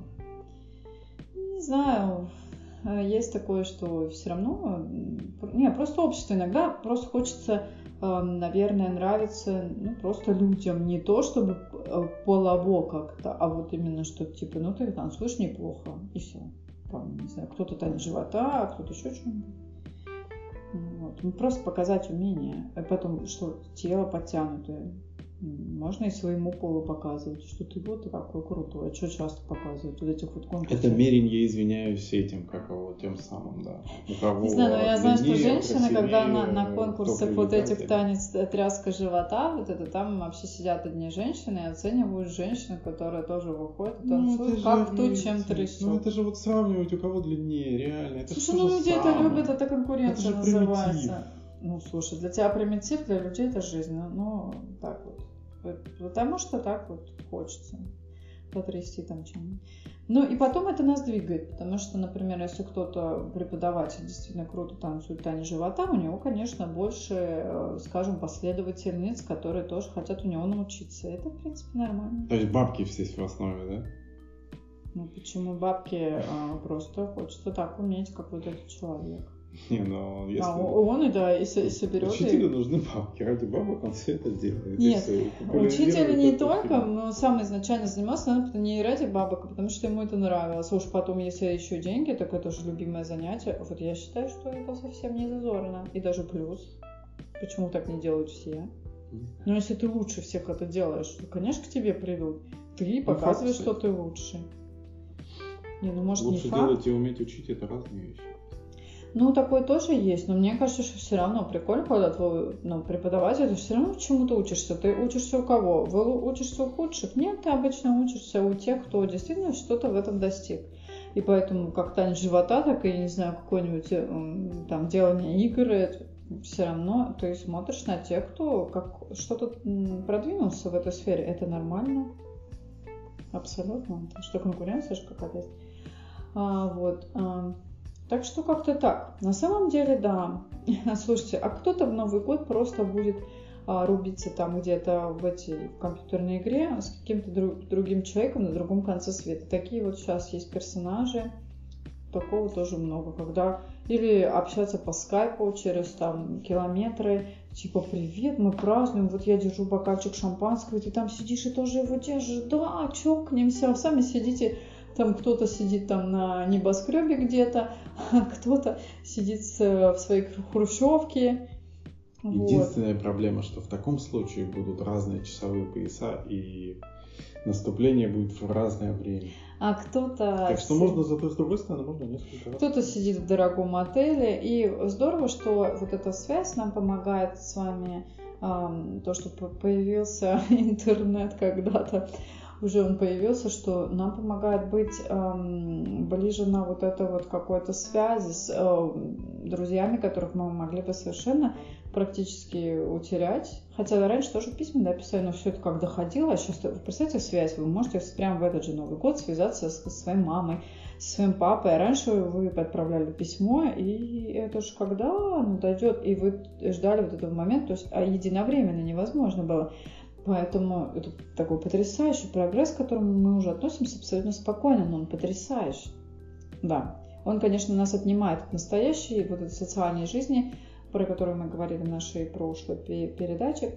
S1: Не знаю, есть такое, что все равно, просто общество иногда просто хочется, наверное, нравится, просто людям, не то чтобы полово как-то, а вот именно что типа, ты танцуешь неплохо, и все. Там, не знаю, кто-то танец живота, а кто-то еще что-нибудь. Вот. Просто показать умение, а потом, что тело подтянутое. Можно и своему полу показывать, что ты вот такой крутой. А что часто показывают вот этих вот конкурсов?
S3: Это меренье, извиняюсь, этим, тем самым, да.
S1: Не знаю, но я знаю, что женщины, когда на конкурсах вот этих танец, тряска живота, вот это там вообще сидят одни женщины и оценивают женщин, которые тоже выходят и танцуют, как кто чем трясет.
S3: Это же вот сравнивать, у кого длиннее, реально. Это
S1: слушай, люди это любят, это конкуренция
S3: это
S1: называется. Слушай, для тебя примитив, для людей это жизнь. Так вот. Потому что так вот хочется потрясти там чем-нибудь. И потом это нас двигает, потому что, например, если кто-то, преподаватель, действительно круто танцует танец живота, у него, конечно, больше, скажем, последовательниц, которые тоже хотят у него научиться. Это, в принципе, нормально.
S3: То есть бабки здесь в основе, да?
S1: Почему бабки? Просто хочется так уметь, как вот этот человек.
S3: Не, но если...
S1: Он и соберет.
S3: Учителю нужны бабки, ради бабок он все это делает.
S1: Нет, учитель не только, но сам изначально занимался, наверное, не ради бабок, потому что ему это нравилось. Уж потом, если еще деньги, так это же любимое занятие. Вот я считаю, что это совсем не зазорно. И даже плюс. Почему так не делают все? Но если ты лучше всех это делаешь, то, конечно, к тебе придут. Ты показываешь, что ты лучше. Может,
S3: лучше
S1: не факт.
S3: Делать и уметь учить — это разные вещи.
S1: Такое тоже есть, но мне кажется, что все равно прикольно, когда твой преподаватель, ты все равно чему-то учишься. Ты учишься у кого? Вы учишься у худших? Нет, ты обычно учишься у тех, кто действительно что-то в этом достиг. И поэтому как танец живота, так и, не знаю, какое-нибудь там делание игр, все равно ты смотришь на тех, кто как что-то продвинулся в этой сфере. Это нормально. Абсолютно. Потому что конкуренция же какая-то есть. Так что как-то так. На самом деле, да. Слушайте, а кто-то в Новый год просто будет рубиться там где-то в компьютерной игре с каким-то другим человеком на другом конце света. Такие вот сейчас есть персонажи. Такого тоже много. Когда или общаться по скайпу через километры, типа привет, мы празднуем, вот я держу бокальчик шампанского, и ты там сидишь и тоже его держишь, да, чокнемся, а сами сидите. Там кто-то сидит там на небоскребе где-то, а кто-то сидит в своей хрущевке.
S3: Единственная проблема, что в таком случае будут разные часовые пояса, и наступление будет в разное время.
S1: А кто-то...
S3: Так что можно, зато с другой стороны, можно несколько раз.
S1: Кто-то сидит в дорогом отеле, и здорово, что вот эта связь нам помогает с вами, то, что появился интернет когда-то, уже он появился, что нам помогает быть ближе на вот это вот какой-то связи с друзьями, которых мы могли бы совершенно практически утерять. Хотя раньше тоже письма писали, но все это как доходило. А сейчас, представьте, связь. Вы можете прямо в этот же Новый год связаться со своей мамой, со своим папой. А раньше вы отправляли письмо, и это же когда оно дойдет, и вы ждали вот этого момента, то есть единовременно невозможно было. Поэтому это такой потрясающий прогресс, к которому мы уже относимся абсолютно спокойно, но он потрясающий. Да, он, конечно, нас отнимает от настоящей вот этой социальной жизни, про которую мы говорили в нашей прошлой передаче.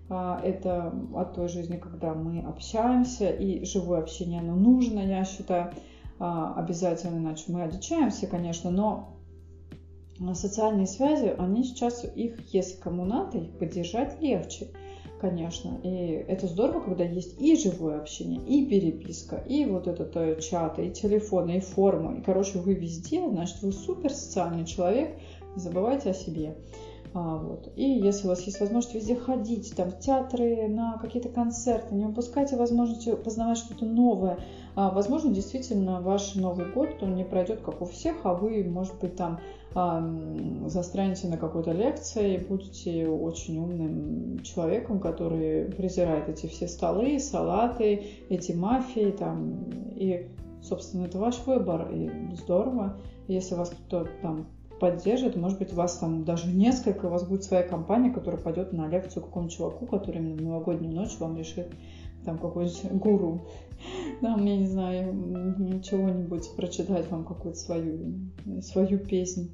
S1: Это от той жизни, когда мы общаемся, и живое общение, оно нужно, я считаю, обязательно, иначе мы одичаемся, конечно, но социальные связи, они сейчас, их, если кому надо, их поддержать легче. конечно. И это здорово, когда есть и живое общение, и переписка, и вот этот чат, и телефон, и форма. И, короче, вы везде, значит, вы супер социальный человек, не забывайте о себе. Вот. И если у вас есть возможность везде ходить, там, в театры, на какие-то концерты, не упускайте возможности познавать что-то новое. Возможно, действительно, ваш Новый год, он не пройдет, как у всех, а вы, может быть, там застрянете на какой-то лекции, будете очень умным человеком, который презирает эти все столы, салаты, эти мафии, там, и, собственно, это ваш выбор, и здорово, если вас кто-то там поддержит, может быть, вас там даже несколько, у вас будет своя компания, которая пойдет на лекцию какому-нибудь чуваку, который именно в новогоднюю ночь вам решит там какой-нибудь гуру, там, я не знаю, чего-нибудь прочитать вам какую-то свою песнь.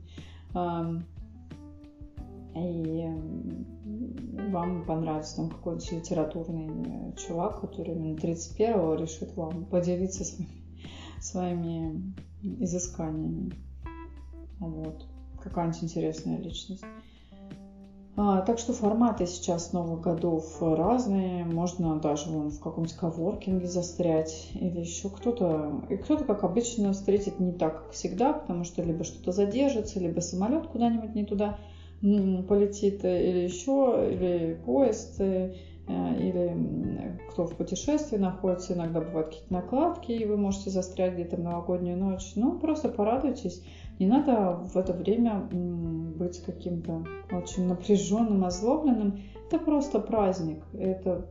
S1: И вам понравится там какой-нибудь литературный чувак, который именно 31-го решит вам поделиться своими изысканиями. Вот. Какая-нибудь интересная личность. Так что форматы сейчас Новых годов разные. Можно даже вон в каком-нибудь коворкинге застрять. Или еще кто-то. И кто-то, как обычно, встретит не так, как всегда, потому что либо что-то задержится, либо самолет куда-нибудь не туда полетит, или еще, или поезд, или кто в путешествии находится. Иногда бывают какие-то накладки, и вы можете застрять где-то в новогоднюю ночь. Ну, просто порадуйтесь. Не надо в это время быть каким-то очень напряженным, озлобленным. Это просто праздник. Это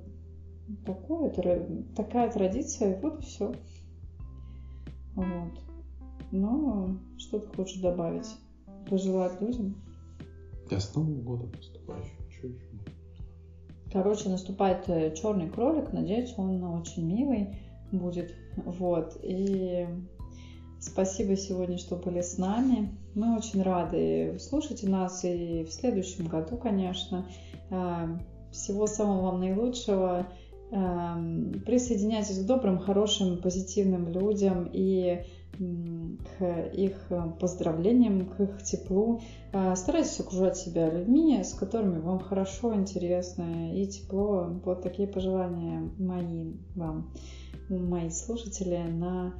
S1: такая традиция, и вот и все. Вот. Но что ты хочешь добавить? Пожелать людям?
S3: Я с Новым годом наступающим. Что еще?
S1: Короче, наступает черный кролик. Надеюсь, он очень милый будет. Вот. И спасибо сегодня, что были с нами. Мы очень рады. Слушайте нас и в следующем году, конечно. Всего самого вам наилучшего. Присоединяйтесь к добрым, хорошим, позитивным людям и к их поздравлениям, к их теплу. Старайтесь окружать себя людьми, с которыми вам хорошо, интересно и тепло. Вот такие пожелания мои вам, мои слушатели, на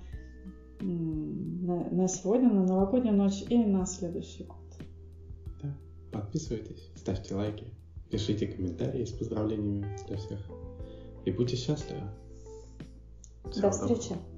S1: сегодня, на новогоднюю ночь и на следующий год.
S3: Да. Подписывайтесь, ставьте лайки, пишите комментарии с поздравлениями для всех. И будьте счастливы.
S1: До встречи.